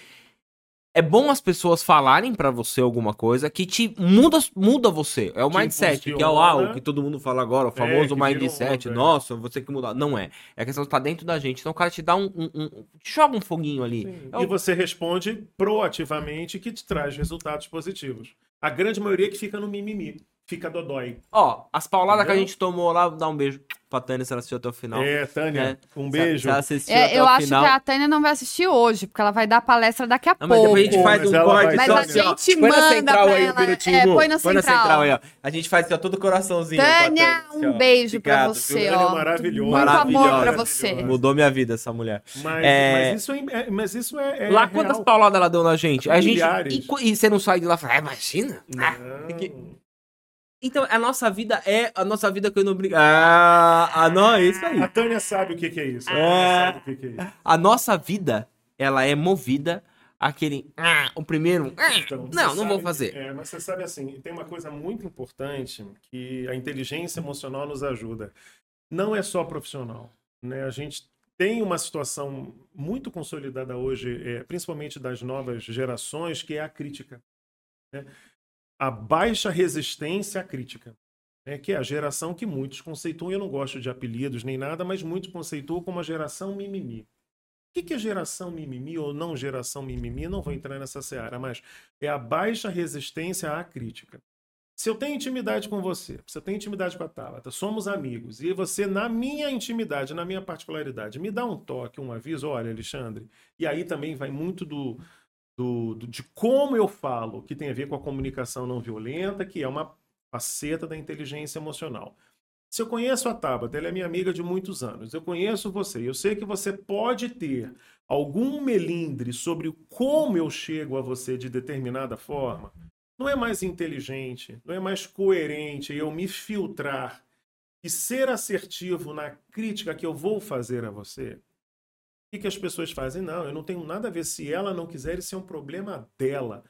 é bom as pessoas falarem pra você alguma coisa que te muda você. É o mindset, que é o que todo mundo fala agora, o famoso mindset. Nossa, você que mudar. Não é. É a questão que tá dentro da gente. Então o cara te dá joga um foguinho ali. E você responde proativamente, que te traz resultados positivos. A grande maioria que fica no mimimi. fica dodói. Ó, as pauladas que a Entendeu? gente tomou lá, dá um beijo pra Tânia se ela assistiu até o final. Tânia, É. um Se ela- beijo. Se ela assistiu até Eu o acho final. que a Tânia não vai assistir hoje, porque ela vai dar palestra daqui a Não, mas pouco. depois a gente faz Mas um ela corte. vai- Mas só a assim, ó. gente Põe na manda central pra aí, ela. um minutinho. Põe na Põe na central. central aí, ó. A gente faz assim, ó, todo coraçãozinho. pra Tânia, assim, um ó. beijo pra Obrigado, você, viu? Tânia é ó. maravilhosa. Muito amor pra Maravilhosa. você. Mudou minha vida essa mulher. Mas isso é Lá real. quantas pauladas ela deu na gente? A gente Milhares. e você não sai de lá e fala, imagina? Não. Então, a nossa vida que eu não brigo. Não, é isso aí. A Tânia sabe o que é isso. A É. Tânia sabe o que é isso. A nossa vida, ela é movida àquele. O primeiro. Então, Não, você não vou sabe- fazer. Mas você sabe assim, tem uma coisa muito importante que a inteligência emocional nos ajuda. Não é só profissional, né? A gente tem uma situação muito consolidada hoje, principalmente das novas gerações, que é a crítica, né? A baixa resistência à crítica, né? Que é a geração que muitos conceituam, eu não gosto de apelidos nem nada, mas muitos conceituam como a geração mimimi. O que é geração mimimi ou não geração mimimi? Eu não vou entrar nessa seara, mas é a baixa resistência à crítica. Se eu tenho intimidade com você, se eu tenho intimidade com a Tabata, somos amigos, e você, na minha intimidade, na minha particularidade, me dá um toque, um aviso, olha, Alexandre, e aí também vai muito de como eu falo, que tem a ver com a comunicação não violenta, que é uma faceta da inteligência emocional. Se eu conheço a Tabata, ela é minha amiga de muitos anos, eu conheço você, eu sei que você pode ter algum melindre sobre como eu chego a você de determinada forma, não é mais inteligente, não é mais coerente eu me filtrar e ser assertivo na crítica que eu vou fazer a você? O que as pessoas fazem? Não, eu não tenho nada a ver. Se ela não quiser, isso é um problema dela.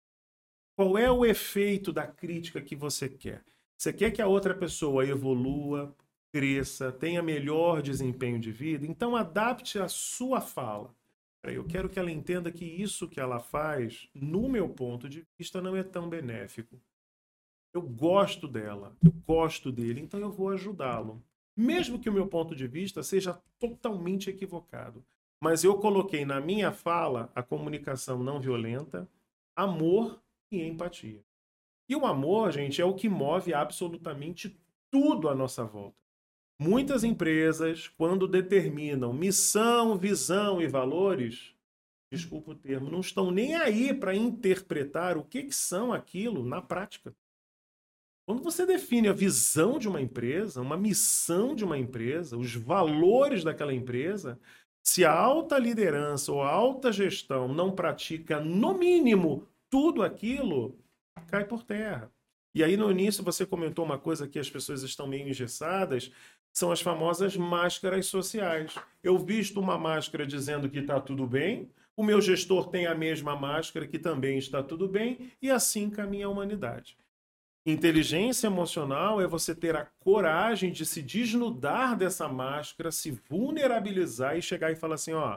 Qual é o efeito da crítica que você quer? Você quer que a outra pessoa evolua, cresça, tenha melhor desempenho de vida? Então adapte a sua fala. Eu quero que ela entenda que isso que ela faz, no meu ponto de vista, não é tão benéfico. Eu gosto dela, eu gosto dele, então eu vou ajudá-lo. Mesmo que o meu ponto de vista seja totalmente equivocado. Mas eu coloquei na minha fala a comunicação não violenta, amor e empatia. E o amor, gente, é o que move absolutamente tudo à nossa volta. Muitas empresas, quando determinam missão, visão e valores, desculpa o termo, não estão nem aí para interpretar o que são aquilo na prática. Quando você define a visão de uma empresa, uma missão de uma empresa, os valores daquela empresa, se a alta liderança ou a alta gestão não pratica, no mínimo, tudo aquilo, cai por terra. E aí, no início, você comentou uma coisa que as pessoas estão meio engessadas, são as famosas máscaras sociais. Eu visto uma máscara dizendo que está tudo bem, o meu gestor tem a mesma máscara que também está tudo bem, e assim caminha a humanidade. Inteligência emocional é você ter a coragem de se desnudar dessa máscara, se vulnerabilizar e chegar e falar assim, ó,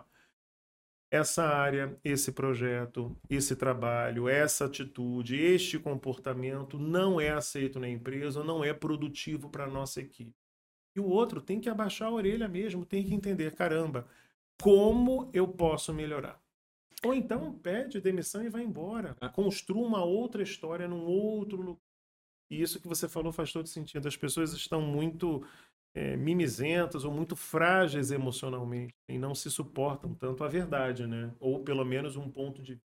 essa área, esse projeto, esse trabalho, essa atitude, este comportamento não é aceito na empresa, não é produtivo para a nossa equipe. E o outro tem que abaixar a orelha mesmo, tem que entender, caramba, como eu posso melhorar? Ou então pede demissão e vai embora. Construa uma outra história num outro lugar. E isso que você falou faz todo sentido. As pessoas estão muito mimizentas ou muito frágeis emocionalmente e não se suportam tanto a verdade, né? Ou pelo menos um ponto de vista.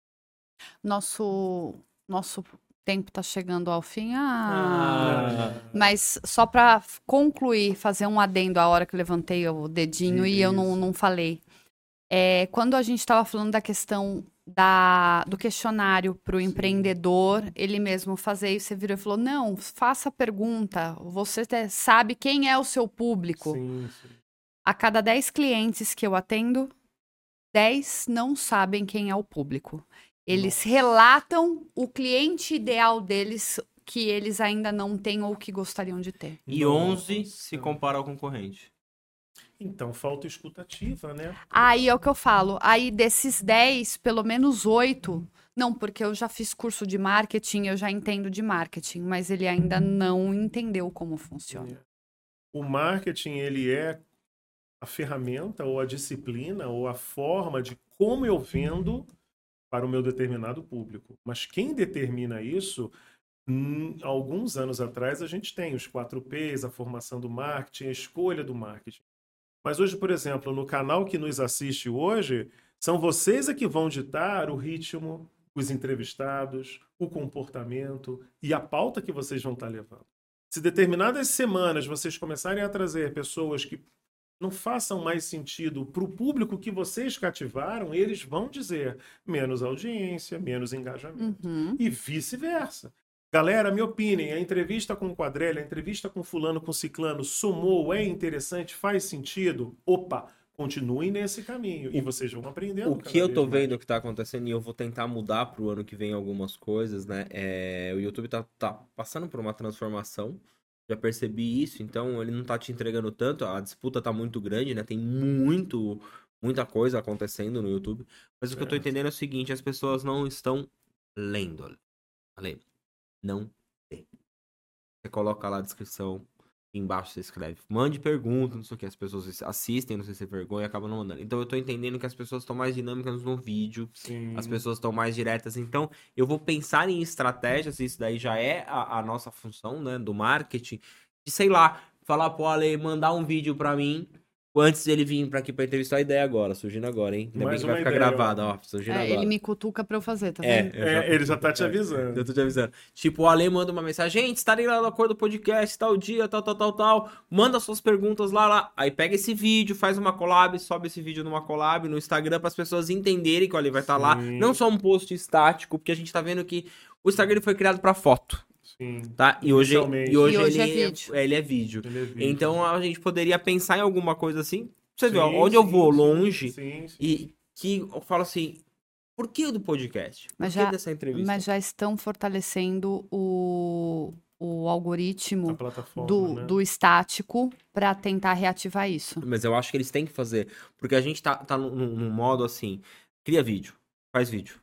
Nosso tempo está chegando ao fim. Ah. Mas só para concluir, fazer um adendo à hora que eu levantei o dedinho e eu não falei. Quando a gente estava falando da questão do questionário para o empreendedor, ele mesmo fazer isso, você virou e falou, não, faça a pergunta, você sabe quem é o seu público. Sim. A cada 10 clientes que eu atendo, 10 não sabem quem é o público. Eles relatam o cliente ideal deles que eles ainda não têm ou que gostariam de ter. E 11 se compara ao concorrente. Então, falta escutativa, né? Aí é o que eu falo. Aí desses 10, pelo menos 8... Não, porque eu já fiz curso de marketing, eu já entendo de marketing, mas ele ainda não entendeu como funciona. O marketing, ele é a ferramenta ou a disciplina ou a forma de como eu vendo para o meu determinado público. Mas quem determina isso Alguns anos atrás, a gente tem os 4Ps, a formação do marketing, a escolha do marketing. Mas hoje, por exemplo, no canal que nos assiste hoje, são vocês que vão ditar o ritmo, os entrevistados, o comportamento e a pauta que vocês vão estar levando. Se determinadas semanas vocês começarem a trazer pessoas que não façam mais sentido para o público que vocês cativaram, eles vão dizer menos audiência, menos engajamento. Uhum. E vice-versa. Galera, me opinem, a entrevista com o Quadrelli, a entrevista com fulano, com ciclano, somou, é interessante, faz sentido? Opa, continuem nesse caminho e vocês vão aprendendo. O que eu tô vendo que tá acontecendo, e eu vou tentar mudar pro ano que vem algumas coisas, né? O YouTube tá passando por uma transformação. Já percebi isso, então ele não tá te entregando tanto, a disputa tá muito grande, né? Tem muita coisa acontecendo no YouTube. Mas o que eu tô entendendo é o seguinte, as pessoas não estão lendo. Não lê. Você coloca lá a descrição, embaixo você escreve, mande pergunta, não sei o que, as pessoas assistem, não sei se é vergonha, e acabam não mandando. Então eu tô entendendo que as pessoas estão mais dinâmicas no vídeo, Sim. As pessoas estão mais diretas, então eu vou pensar em estratégias, isso daí já é a nossa função, né, do marketing, de, sei lá, falar pro Ale, mandar um vídeo pra mim, antes de ele vir pra aqui pra entrevistar a ideia agora, surgindo agora, hein? Ainda bem que vai ficar gravado, ó, surgindo agora. Ele me cutuca pra eu fazer, tá vendo? Ele já tá te avisando. Eu tô te avisando. Tipo, o Ale manda uma mensagem, gente, estarei lá no acordo do podcast, tal dia, tal. Manda suas perguntas lá. Aí pega esse vídeo, faz uma collab, sobe esse vídeo numa collab no Instagram para as pessoas entenderem que o Ale vai estar lá. Não só um post estático, porque a gente tá vendo que o Instagram foi criado para foto. Sim. Tá? E hoje ele é vídeo. Ele é vídeo. Então a gente poderia pensar em alguma coisa assim. Você vê, onde eu vou longe e que eu falo assim, por que do podcast? Por que dessa entrevista? Mas já estão fortalecendo o algoritmo do estático para tentar reativar isso. Mas eu acho que eles têm que fazer, porque a gente tá num modo assim, cria vídeo, faz vídeo.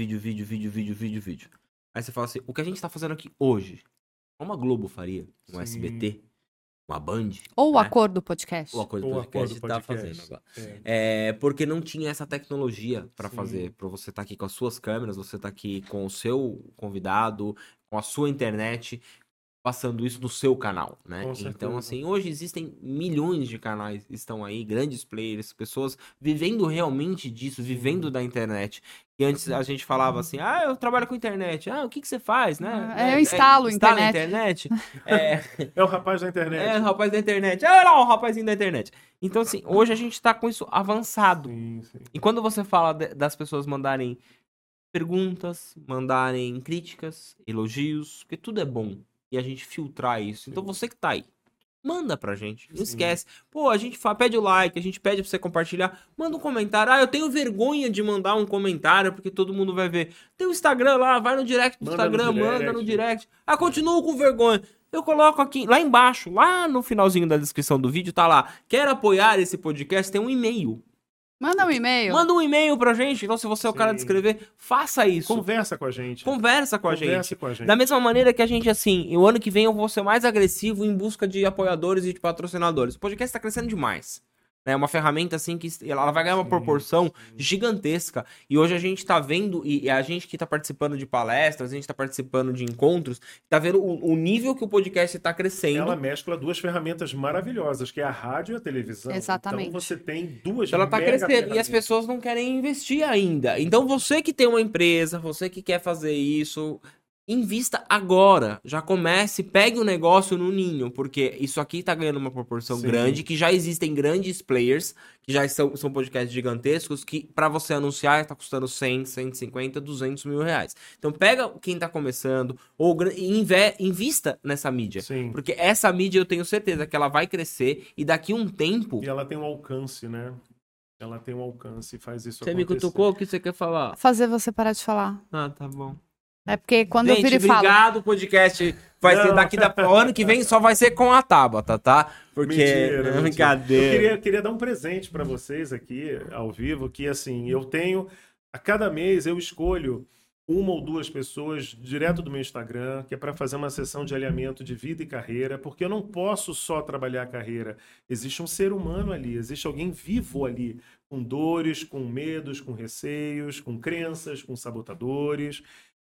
Aí você fala assim, o que a gente tá fazendo aqui hoje, como a Globo faria, um SBT, uma Band. Ou o Acordo do Podcast. O Acordo do Podcast tá fazendo agora. Porque não tinha essa tecnologia para fazer, para você estar aqui com as suas câmeras, você tá aqui com o seu convidado, com a sua internet, passando isso no seu canal, né? Então, assim, hoje existem milhões de canais, estão aí, grandes players, pessoas vivendo realmente disso, vivendo da internet. E antes a gente falava assim, eu trabalho com internet. O que você faz, né? Eu instalo internet. É o rapaz da internet. É o rapaz da internet. Olha lá, o rapazinho da internet. Então, assim, hoje a gente tá com isso avançado. Sim. E quando você fala das pessoas mandarem perguntas, mandarem críticas, elogios, porque tudo é bom. E a gente filtrar isso. Então você que tá aí, manda pra gente. Não esquece. Pô, a gente pede o like, a gente pede pra você compartilhar. Manda um comentário. Eu tenho vergonha de mandar um comentário porque todo mundo vai ver. Tem o Instagram lá, vai no direct do Instagram, manda no direct. Continuo com vergonha. Eu coloco aqui, lá embaixo, lá no finalzinho da descrição do vídeo, tá lá. Quer apoiar esse podcast? Tem um e-mail. Manda um e-mail. Manda um e-mail pra gente. Então, se você é o cara de escrever, faça isso. Conversa com a gente. Conversa com a gente. Da mesma maneira que a gente, assim, o ano que vem eu vou ser mais agressivo em busca de apoiadores e de patrocinadores. O podcast tá crescendo demais. É uma ferramenta, assim, que ela vai ganhar uma proporção gigantesca. E hoje a gente tá vendo, e a gente que tá participando de palestras, a gente tá participando de encontros, tá vendo o nível que o podcast tá crescendo. Ela mescla duas ferramentas maravilhosas, que é a rádio e a televisão. Exatamente. Então você tem duas Ela tá crescendo e as pessoas não querem investir ainda. Então você que tem uma empresa, você que quer fazer isso, invista agora, já comece, pegue o negócio no ninho, porque isso aqui tá ganhando uma proporção grande, que já existem grandes players, que já são podcasts gigantescos, que pra você anunciar tá custando 100, 150, 200 mil reais. Então pega quem tá começando, ou invista nessa mídia, porque essa mídia eu tenho certeza que ela vai crescer, e daqui um tempo... E ela tem um alcance, né? Ela tem um alcance e faz isso acontecer. Você me cutucou? O que você quer falar? Fazer você parar de falar. Tá bom. É porque quando eu viro e falo... obrigado, o podcast vai ser daqui o ano que vem, só vai ser com a Tabata, tá? Porque mentira. Brincadeira. Eu queria dar um presente pra vocês aqui, ao vivo, que assim, eu tenho... A cada mês eu escolho uma ou duas pessoas direto do meu Instagram, que é para fazer uma sessão de alinhamento de vida e carreira, porque eu não posso só trabalhar a carreira. Existe um ser humano ali, existe alguém vivo ali, com dores, com medos, com receios, com crenças, com sabotadores...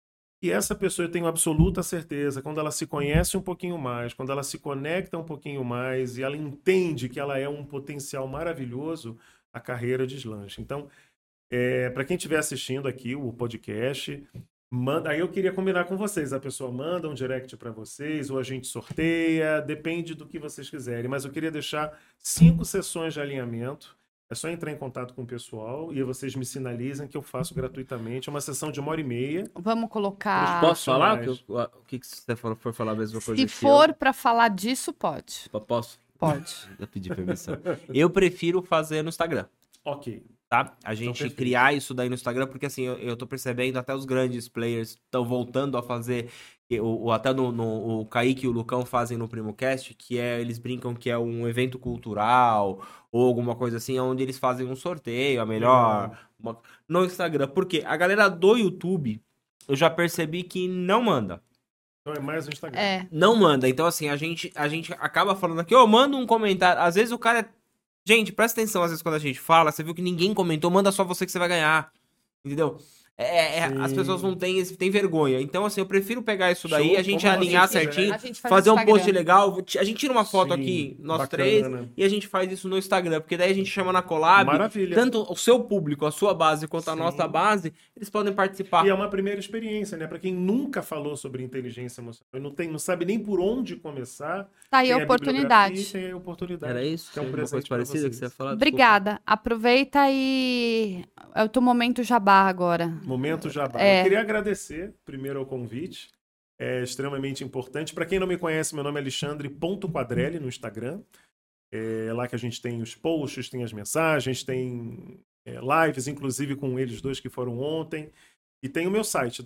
E essa pessoa, eu tenho absoluta certeza, quando ela se conhece um pouquinho mais, quando ela se conecta um pouquinho mais e ela entende que ela é um potencial maravilhoso, a carreira deslancha. Então, para quem estiver assistindo aqui o podcast, aí eu queria combinar com vocês. A pessoa manda um direct para vocês, ou a gente sorteia, depende do que vocês quiserem. Mas eu queria deixar 5 sessões de alinhamento. É só entrar em contato com o pessoal e vocês me sinalizam que eu faço gratuitamente. É uma sessão de 1h30. Vamos colocar. Posso falar? O que você for falar a mesma coisa Se que for para falar disso, pode. Posso? Pode. Eu pedi permissão. Eu prefiro fazer no Instagram. Ok. Tá? A gente criar isso daí no Instagram, porque assim, eu tô percebendo, até os grandes players estão voltando a fazer, até o Kaique e o Lucão fazem no PrimoCast, que eles brincam que é um evento cultural, ou alguma coisa assim, onde eles fazem um sorteio, a melhor, no Instagram. Porque a galera do YouTube, eu já percebi que não manda. Então é mais no Instagram. Não manda. Então assim, a gente acaba falando aqui, manda um comentário, às vezes o cara Gente, presta atenção, às vezes, quando a gente fala, você viu que ninguém comentou, manda só você que você vai ganhar. Entendeu? As pessoas não têm vergonha. Então, assim, eu prefiro pegar isso daí, a gente alinhar certinho, fazer um post legal. A gente tira uma foto aqui, nós bacana. 3, e a gente faz isso no Instagram. Porque daí a gente chama na collab. Maravilha. Tanto o seu público, a sua base, quanto a nossa base, eles podem participar. E é uma primeira experiência, né? Pra quem nunca falou sobre inteligência emocional, não sabe nem por onde começar. Tá aí a oportunidade. Tem a oportunidade. Era isso? Que é um uma coisa parecida que você ia falar? Obrigada. Desculpa. Aproveita e... É o teu momento jabá agora. Momento jabá. Eu queria agradecer, primeiro, ao convite. É extremamente importante. Para quem não me conhece, meu nome é Alexandre.Quadrelli no Instagram. É lá que a gente tem os posts, tem as mensagens, tem lives, inclusive com eles dois que foram ontem. E tem o meu site,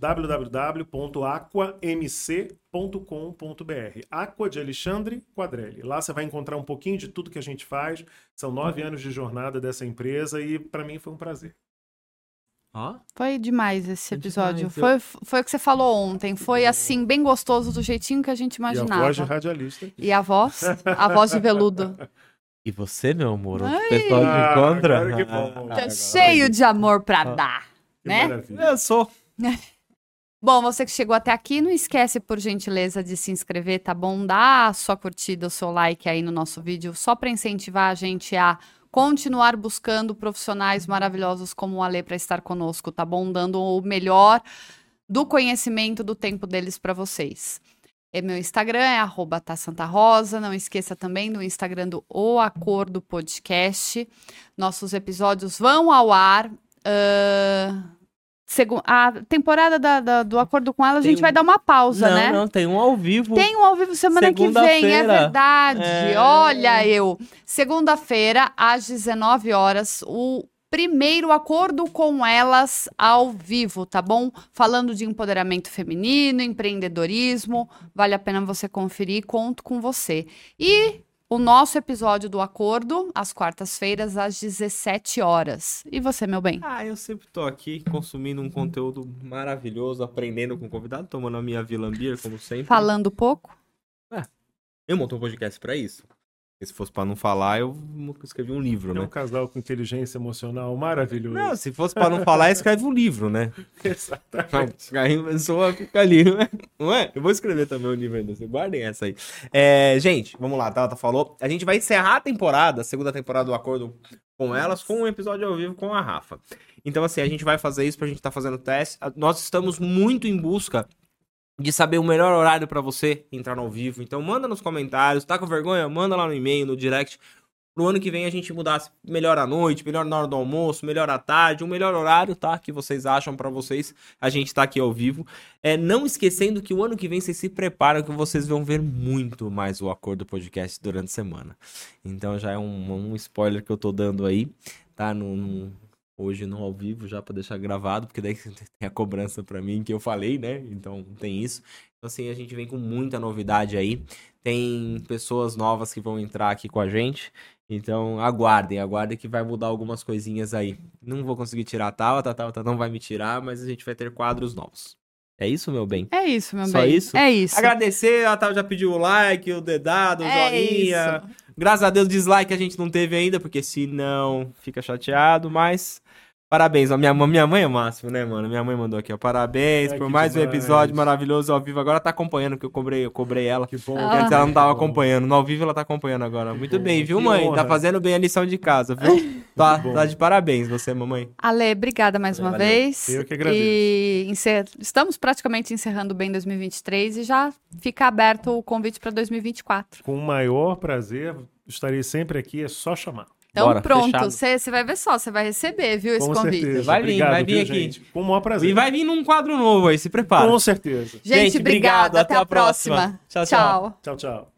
www.aquamc.com.br. Aqua de Alexandre Quadrelli. Lá você vai encontrar um pouquinho de tudo que a gente faz. São 9 anos de jornada dessa empresa e para mim foi um prazer. Foi demais esse episódio. Foi o que você falou ontem. Foi assim, bem gostoso, do jeitinho que a gente imaginava. E a voz de radialista. E a voz de veludo. E você, meu amor, onde o pessoal te encontra? Que bom. Tá cheio de amor pra dar, né? Maravilha. Eu sou. Bom, você que chegou até aqui, não esquece, por gentileza, de se inscrever, tá bom? Dá a sua curtida, o seu like aí no nosso vídeo, só pra incentivar a gente a continuar buscando profissionais maravilhosos como o Ale para estar conosco, tá bom? Dando o melhor do conhecimento do tempo deles para vocês. Meu Instagram é @tasantarosa. Não esqueça também do Instagram do O Acordo Podcast. Nossos episódios vão ao ar. A temporada do Acordo com Ela, a gente vai dar uma pausa, né? Não, tem um ao vivo. Tem um ao vivo semana que vem, é verdade. Olha eu. Segunda-feira, às 19 horas, o primeiro Acordo com Elas ao vivo, tá bom? Falando de empoderamento feminino, empreendedorismo. Vale a pena você conferir, conto com você. E o nosso episódio do Acordo, às quartas-feiras, às 17 horas. E você, meu bem? Eu sempre tô aqui consumindo um conteúdo maravilhoso, aprendendo com o convidado, tomando a minha Vila Beer, como sempre. Falando pouco? Eu montei um podcast pra isso. Porque se fosse pra não falar, eu escrevi um livro, né? É um casal com inteligência emocional maravilhoso. Não, se fosse pra não falar, escreve um livro, né? Exatamente. Aí a pessoa fica ali, não é? Eu vou escrever também um livro ainda, vocês guardem essa aí. Gente, vamos lá, Tata falou. A gente vai encerrar a temporada, a segunda temporada do Acordo com Elas, com um episódio ao vivo com a Rafa. Então, assim, a gente vai fazer isso pra gente estar fazendo teste. Nós estamos muito em busca de saber o melhor horário pra você entrar no ao vivo. Então manda nos comentários, tá com vergonha? Manda lá no e-mail, no direct. Pro ano que vem a gente mudar melhor à noite, melhor na hora do almoço, melhor à tarde, um melhor horário, tá? Que vocês acham pra vocês. A gente tá aqui ao vivo. Não esquecendo que o ano que vem vocês se preparam que vocês vão ver muito mais o Acordo Podcast durante a semana. Então já é um spoiler que eu tô dando aí, tá? Hoje não ao vivo, já pra deixar gravado, porque daí tem a cobrança pra mim que eu falei, né? Então tem isso. Então assim, a gente vem com muita novidade aí. Tem pessoas novas que vão entrar aqui com a gente. Então aguardem que vai mudar algumas coisinhas aí. Não vou conseguir tirar a Tata não vai me tirar, mas a gente vai ter quadros novos. É isso, meu bem? É isso, meu bem. Só isso? É isso. Agradecer, a Tata já pediu o like, o dedado, o joinha. Isso. Graças a Deus, dislike a gente não teve ainda, porque senão fica chateado, mas Parabéns, ó, minha mãe é o máximo, né, mano? Minha mãe mandou aqui, ó. Parabéns Ai, por que mais um demais. episódio maravilhoso ao vivo. Agora tá acompanhando, porque eu cobrei ela. Que bom. Porque antes ela não tava Que bom. acompanhando. No ao vivo ela tá acompanhando agora. Muito bom, bem, viu, que mãe? honra. Tá fazendo bem a lição de casa, viu? Tá de parabéns, você, mamãe. Ale, obrigada mais uma Valeu. vez. Eu que agradeço. E estamos praticamente encerrando bem 2023 e já fica aberto o convite para 2024. Com o maior prazer, estarei sempre aqui, é só chamar. Então Bora, pronto, fechado. você vai ver só, você vai receber, viu, esse Com convite. certeza. Vai vir, Obrigado, vai vir viu, aqui. gente? Com o maior prazer. E vai vir num quadro novo aí, se prepara. Com certeza. Gente, obrigada. Até a próxima. Tchau, tchau. Tchau. Tchau, tchau.